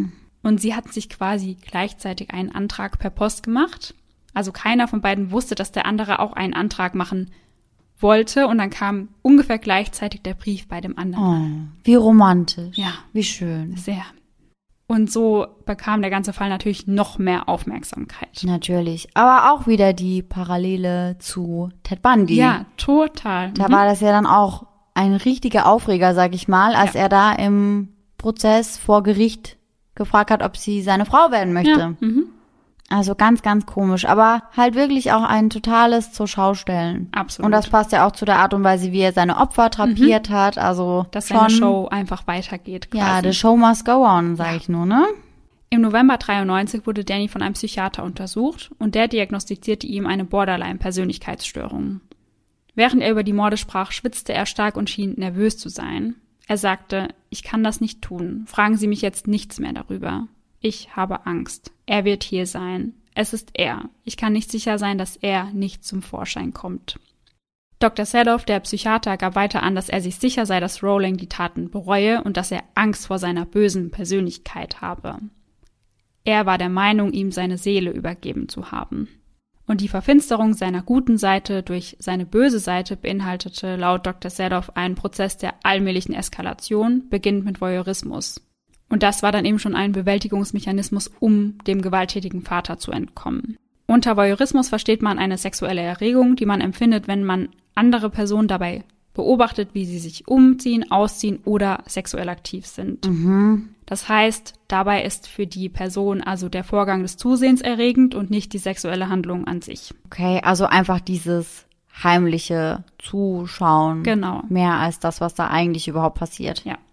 Und sie hatten sich quasi gleichzeitig einen Antrag per Post gemacht. Also keiner von beiden wusste, dass der andere auch einen Antrag machen wollte. Und dann kam ungefähr gleichzeitig der Brief bei dem anderen. Oh, wie romantisch. Ja. Wie schön. Sehr. Und so bekam der ganze Fall natürlich noch mehr Aufmerksamkeit. Natürlich. Aber auch wieder die Parallele zu Ted Bundy. Ja, total. Da war das ja dann auch ein richtiger Aufreger, sag ich mal, als er da im Prozess vor Gericht gefragt hat, ob sie seine Frau werden möchte. Ja, also ganz, ganz komisch. Aber halt wirklich auch ein totales zur Schaustellen. Absolut. Und das passt ja auch zu der Art und Weise, wie er seine Opfer drapiert hat. Also dass schon, seine Show einfach weitergeht quasi. Ja, the show must go on, sag ich nur, ne? Im November 93 wurde Danny von einem Psychiater untersucht und der diagnostizierte ihm eine Borderline-Persönlichkeitsstörung. Während er über die Morde sprach, schwitzte er stark und schien nervös zu sein. Er sagte, ich kann das nicht tun. Fragen Sie mich jetzt nichts mehr darüber. Ich habe Angst. Er wird hier sein. Es ist er. Ich kann nicht sicher sein, dass er nicht zum Vorschein kommt. Dr. Sadoff, der Psychiater, gab weiter an, dass er sich sicher sei, dass Rowling die Taten bereue und dass er Angst vor seiner bösen Persönlichkeit habe. Er war der Meinung, ihm seine Seele übergeben zu haben. Und die Verfinsterung seiner guten Seite durch seine böse Seite beinhaltete laut Dr. Sadoff einen Prozess der allmählichen Eskalation, beginnend mit Voyeurismus. Und das war dann eben schon ein Bewältigungsmechanismus, um dem gewalttätigen Vater zu entkommen. Unter Voyeurismus versteht man eine sexuelle Erregung, die man empfindet, wenn man andere Personen dabei beobachtet, wie sie sich umziehen, ausziehen oder sexuell aktiv sind. Das heißt, dabei ist für die Person also der Vorgang des Zusehens erregend und nicht die sexuelle Handlung an sich. Okay, also einfach dieses heimliche Zuschauen. Genau. Mehr als das, was da eigentlich überhaupt passiert. Ja.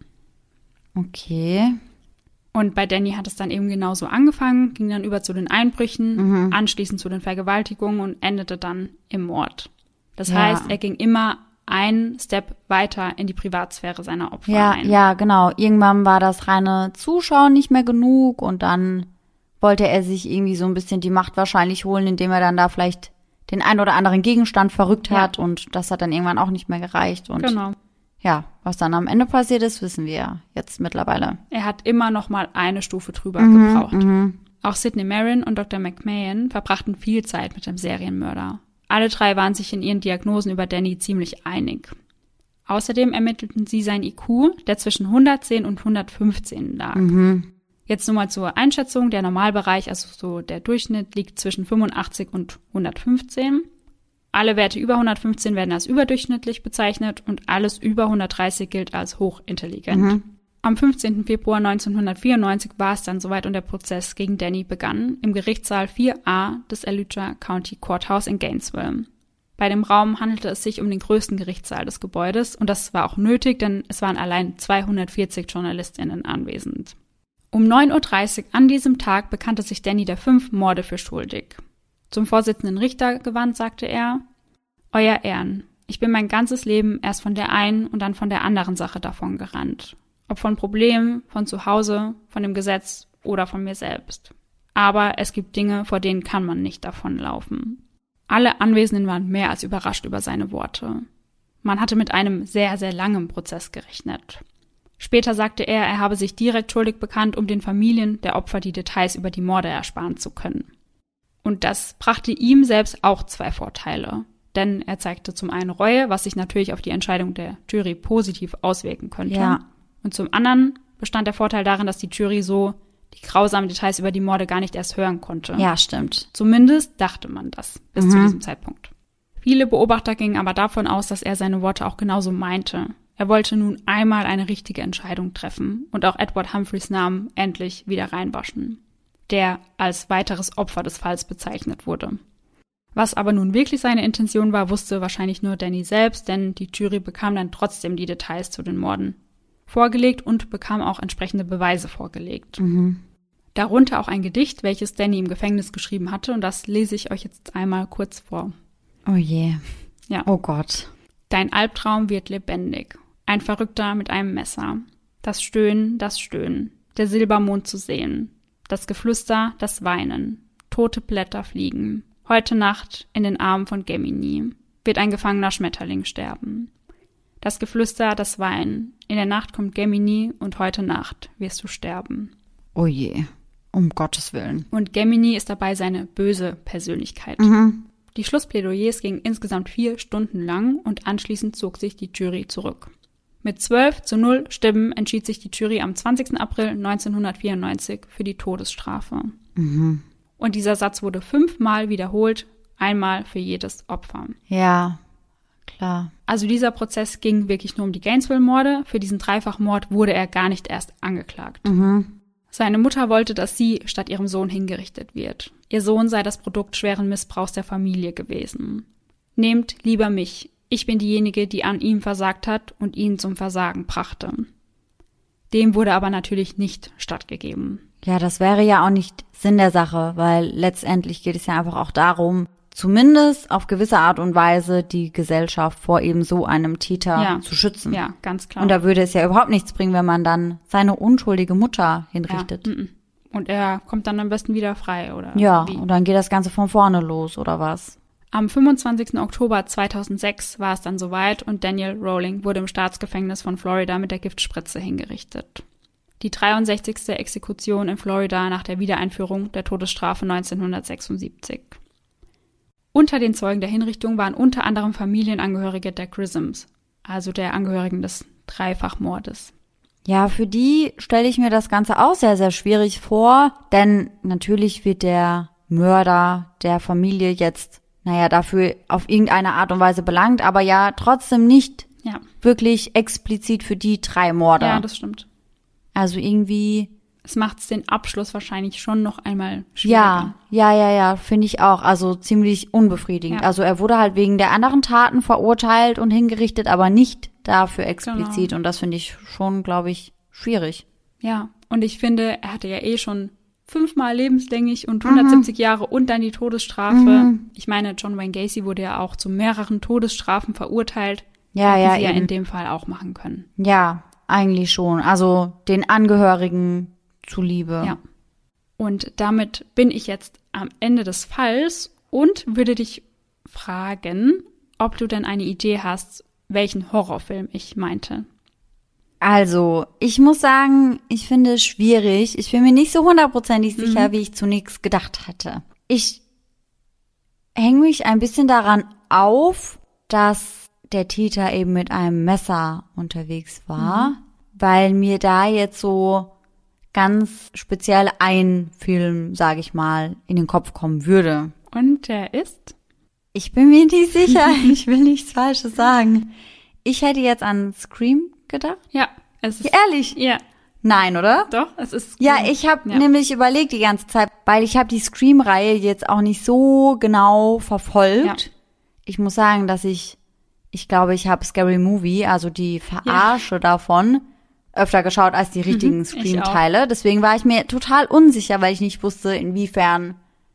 Okay. Und bei Danny hat es dann eben genauso angefangen, ging dann über zu den Einbrüchen, anschließend zu den Vergewaltigungen und endete dann im Mord. Das heißt, er ging immer einen Step weiter in die Privatsphäre seiner Opfer ein. Ja, genau. Irgendwann war das reine Zuschauen nicht mehr genug und dann wollte er sich irgendwie so ein bisschen die Macht wahrscheinlich holen, indem er dann da vielleicht den ein oder anderen Gegenstand verrückt hat und das hat dann irgendwann auch nicht mehr gereicht. Und genau. Ja, was dann am Ende passiert ist, wissen wir jetzt mittlerweile. Er hat immer noch mal eine Stufe drüber gebraucht. Auch Sidney Marin und Dr. McMahon verbrachten viel Zeit mit dem Serienmörder. Alle drei waren sich in ihren Diagnosen über Danny ziemlich einig. Außerdem ermittelten sie sein IQ, der zwischen 110 und 115 lag. Jetzt nur mal zur Einschätzung, der Normalbereich, also so der Durchschnitt, liegt zwischen 85 und 115. Alle Werte über 115 werden als überdurchschnittlich bezeichnet und alles über 130 gilt als hochintelligent. Am 15. Februar 1994 war es dann soweit und der Prozess gegen Danny begann im Gerichtssaal 4A des Elyria County Courthouse in Gainesville. Bei dem Raum handelte es sich um den größten Gerichtssaal des Gebäudes und das war auch nötig, denn es waren allein 240 JournalistInnen anwesend. Um 9:30 Uhr an diesem Tag bekannte sich Danny der 5 Morde für schuldig. Zum Vorsitzenden Richter gewandt sagte er, Euer Ehren, ich bin mein ganzes Leben erst von der einen und dann von der anderen Sache davon gerannt. Ob von Problemen, von zu Hause, von dem Gesetz oder von mir selbst. Aber es gibt Dinge, vor denen kann man nicht davonlaufen. Alle Anwesenden waren mehr als überrascht über seine Worte. Man hatte mit einem sehr, sehr langen Prozess gerechnet. Später sagte er, er habe sich direkt schuldig bekannt, um den Familien der Opfer die Details über die Morde ersparen zu können. Und das brachte ihm selbst auch 2 Vorteile. Denn er zeigte zum einen Reue, was sich natürlich auf die Entscheidung der Jury positiv auswirken könnte. Ja. Und zum anderen bestand der Vorteil darin, dass die Jury so die grausamen Details über die Morde gar nicht erst hören konnte. Ja, stimmt. Zumindest dachte man das bis zu diesem Zeitpunkt. Viele Beobachter gingen aber davon aus, dass er seine Worte auch genauso meinte. Er wollte nun einmal eine richtige Entscheidung treffen und auch Edward Humphreys Namen endlich wieder reinwaschen, der als weiteres Opfer des Falls bezeichnet wurde. Was aber nun wirklich seine Intention war, wusste wahrscheinlich nur Danny selbst, denn die Jury bekam dann trotzdem die Details zu den Morden vorgelegt und bekam auch entsprechende Beweise vorgelegt. Darunter auch ein Gedicht, welches Danny im Gefängnis geschrieben hatte und das lese ich euch jetzt einmal kurz vor. Oh je. Ja. Oh Gott. Dein Albtraum wird lebendig. Ein Verrückter mit einem Messer. Das Stöhnen, der Silbermond zu sehen. Das Geflüster, das Weinen. Tote Blätter fliegen. Heute Nacht in den Armen von Gemini wird ein gefangener Schmetterling sterben. Das Geflüster, das Weinen. In der Nacht kommt Gemini und heute Nacht wirst du sterben. Oh je. Um Gottes Willen. Und Gemini ist dabei seine böse Persönlichkeit. Die Schlussplädoyers gingen insgesamt 4 Stunden lang und anschließend zog sich die Jury zurück. Mit 12:0 Stimmen entschied sich die Jury am 20. April 1994 für die Todesstrafe. Und dieser Satz wurde 5-mal wiederholt, einmal für jedes Opfer. Ja, klar. Also dieser Prozess ging wirklich nur um die Gainesville-Morde. Für diesen Dreifachmord wurde er gar nicht erst angeklagt. Seine Mutter wollte, dass sie statt ihrem Sohn hingerichtet wird. Ihr Sohn sei das Produkt schweren Missbrauchs der Familie gewesen. Nehmt lieber mich. Ich bin diejenige, die an ihm versagt hat und ihn zum Versagen brachte. Dem wurde aber natürlich nicht stattgegeben. Ja, das wäre ja auch nicht Sinn der Sache, weil letztendlich geht es ja einfach auch darum, zumindest auf gewisse Art und Weise die Gesellschaft vor eben so einem Täter zu schützen. Ja, ganz klar. Und da würde es ja überhaupt nichts bringen, wenn man dann seine unschuldige Mutter hinrichtet. Ja, und er kommt dann am besten wieder frei, oder? Ja, wie? und dann geht das Ganze von vorne los, oder was? Am 25. Oktober 2006 war es dann soweit und Daniel Rowling wurde im Staatsgefängnis von Florida mit der Giftspritze hingerichtet. Die 63. Exekution in Florida nach der Wiedereinführung der Todesstrafe 1976. Unter den Zeugen der Hinrichtung waren unter anderem Familienangehörige der Grissoms, also der Angehörigen des Dreifachmordes. Ja, für die stelle ich mir das Ganze auch sehr, sehr schwierig vor, denn natürlich wird der Mörder der Familie jetzt, dafür auf irgendeine Art und Weise belangt, aber ja trotzdem nicht wirklich explizit für die 3 Morde. Ja, das stimmt. Also irgendwie... Es macht den Abschluss wahrscheinlich schon noch einmal schwieriger. Ja, finde ich auch. Also ziemlich unbefriedigend. Ja. Also er wurde halt wegen der anderen Taten verurteilt und hingerichtet, aber nicht dafür explizit. Genau. Und das finde ich schon, glaube ich, schwierig. Ja, und ich finde, er hatte ja schon 5-mal lebenslänglich und 170 Jahre und dann die Todesstrafe. Ich meine, John Wayne Gacy wurde ja auch zu mehreren Todesstrafen verurteilt. Ja, Hätten sie eben. in dem Fall auch machen können. Ja, eigentlich schon. Also den Angehörigen zuliebe. Ja. Und damit bin ich jetzt am Ende des Falls und würde dich fragen, ob du denn eine Idee hast, welchen Horrorfilm ich meinte. Also, ich muss sagen, ich finde es schwierig. Ich bin mir nicht so 100%ig sicher, wie ich zunächst gedacht hatte. Ich hänge mich ein bisschen daran auf, dass der Täter eben mit einem Messer unterwegs war, weil mir da jetzt so ganz speziell ein Film, sage ich mal, in den Kopf kommen würde. Und der ist? Ich bin mir nicht sicher. Ich will nichts Falsches sagen. Ich hätte jetzt an Scream gedacht. Ja, es ist. Ehrlich? Ja. Nein, oder? Doch, es ist Scream. Ja, ich habe nämlich überlegt die ganze Zeit, weil ich habe die Scream-Reihe jetzt auch nicht so genau verfolgt. Ja. Ich muss sagen, dass ich glaube, ich habe Scary Movie, also die Verarsche davon, öfter geschaut als die richtigen Scream-Teile. Deswegen war ich mir total unsicher, weil ich nicht wusste, inwiefern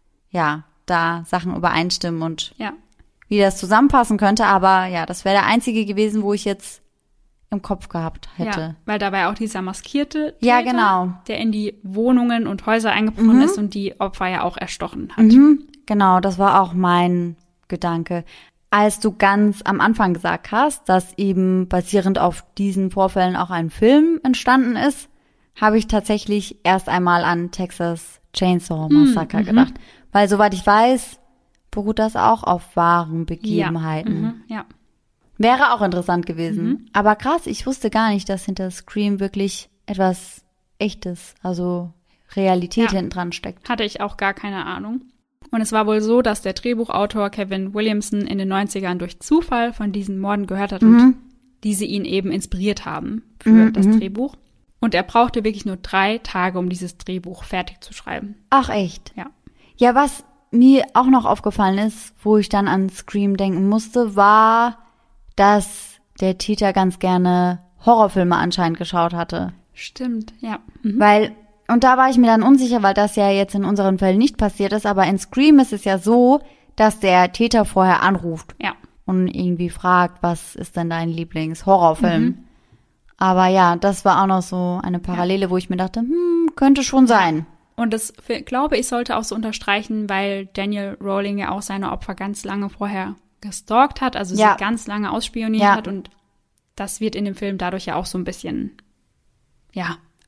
da Sachen übereinstimmen und wie das zusammenpassen könnte. Aber ja, das wäre der einzige gewesen, wo ich jetzt im Kopf gehabt hätte. Ja, weil da war ja auch dieser maskierte Täter, Ja, genau. der in die Wohnungen und Häuser eingebrochen ist und die Opfer ja auch erstochen hat. Genau, das war auch mein Gedanke. Als du ganz am Anfang gesagt hast, dass eben basierend auf diesen Vorfällen auch ein Film entstanden ist, habe ich tatsächlich erst einmal an Texas Chainsaw Massacre gedacht. Weil soweit ich weiß, beruht das auch auf wahren Begebenheiten. Ja. Wäre auch interessant gewesen. Aber krass, ich wusste gar nicht, dass hinter Scream wirklich etwas Echtes, also Realität hinten dran steckt. Hatte ich auch gar keine Ahnung. Und es war wohl so, dass der Drehbuchautor Kevin Williamson in den 90ern durch Zufall von diesen Morden gehört hat und diese ihn eben inspiriert haben für das Drehbuch. Und er brauchte wirklich nur 3 Tage, um dieses Drehbuch fertig zu schreiben. Ach, echt? Ja. Ja, was mir auch noch aufgefallen ist, wo ich dann an Scream denken musste, war, dass der Täter ganz gerne Horrorfilme anscheinend geschaut hatte. Stimmt, ja. Und da war ich mir dann unsicher, weil das ja jetzt in unseren Fällen nicht passiert ist, aber in Scream ist es ja so, dass der Täter vorher anruft und irgendwie fragt, was ist denn dein Lieblings-Horrorfilm? Aber ja, das war auch noch so eine Parallele, wo ich mir dachte, könnte schon sein. Und das, glaube ich, sollte auch so unterstreichen, weil Daniel Rowling ja auch seine Opfer ganz lange vorher gestalkt hat, also sie ganz lange ausspioniert hat und das wird in dem Film dadurch ja auch so ein bisschen,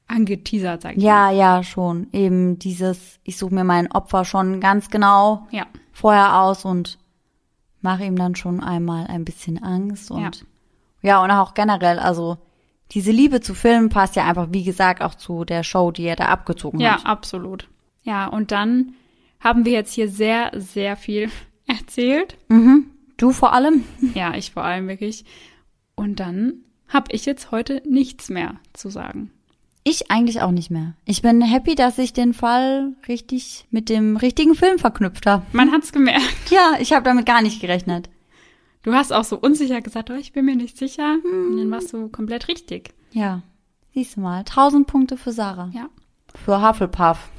angeteasert, sag ich Ja, ja, schon. Eben dieses, ich suche mir mein Opfer schon ganz genau Ja. vorher aus und mache ihm dann schon einmal ein bisschen Angst. Und ja, und auch generell, also diese Liebe zu Filmen passt ja einfach, wie gesagt, auch zu der Show, die er da abgezogen hat. Ja, absolut. Ja, und dann haben wir jetzt hier sehr, sehr viel erzählt. Du vor allem? Ja, ich vor allem wirklich. Und dann habe ich jetzt heute nichts mehr zu sagen. Ich eigentlich auch nicht mehr. Ich bin happy, dass ich den Fall richtig mit dem richtigen Film verknüpft habe. Man hat's gemerkt. Ja, ich habe damit gar nicht gerechnet. Du hast auch so unsicher gesagt, oh, ich bin mir nicht sicher. Und dann warst du komplett richtig. Ja, siehst du mal. 1000 Punkte für Sarah. Ja. Für Hufflepuff.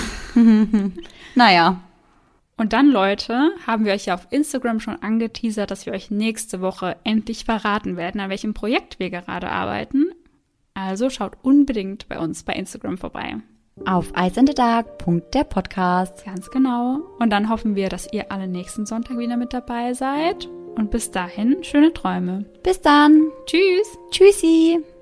Naja. Und dann, Leute, haben wir euch ja auf Instagram schon angeteasert, dass wir euch nächste Woche endlich verraten werden, an welchem Projekt wir gerade arbeiten. Also schaut unbedingt bei uns bei Instagram vorbei. Auf iceandthedark.der-Podcast. Ganz genau. Und dann hoffen wir, dass ihr alle nächsten Sonntag wieder mit dabei seid. Und bis dahin, schöne Träume. Bis dann. Tschüss. Tschüssi.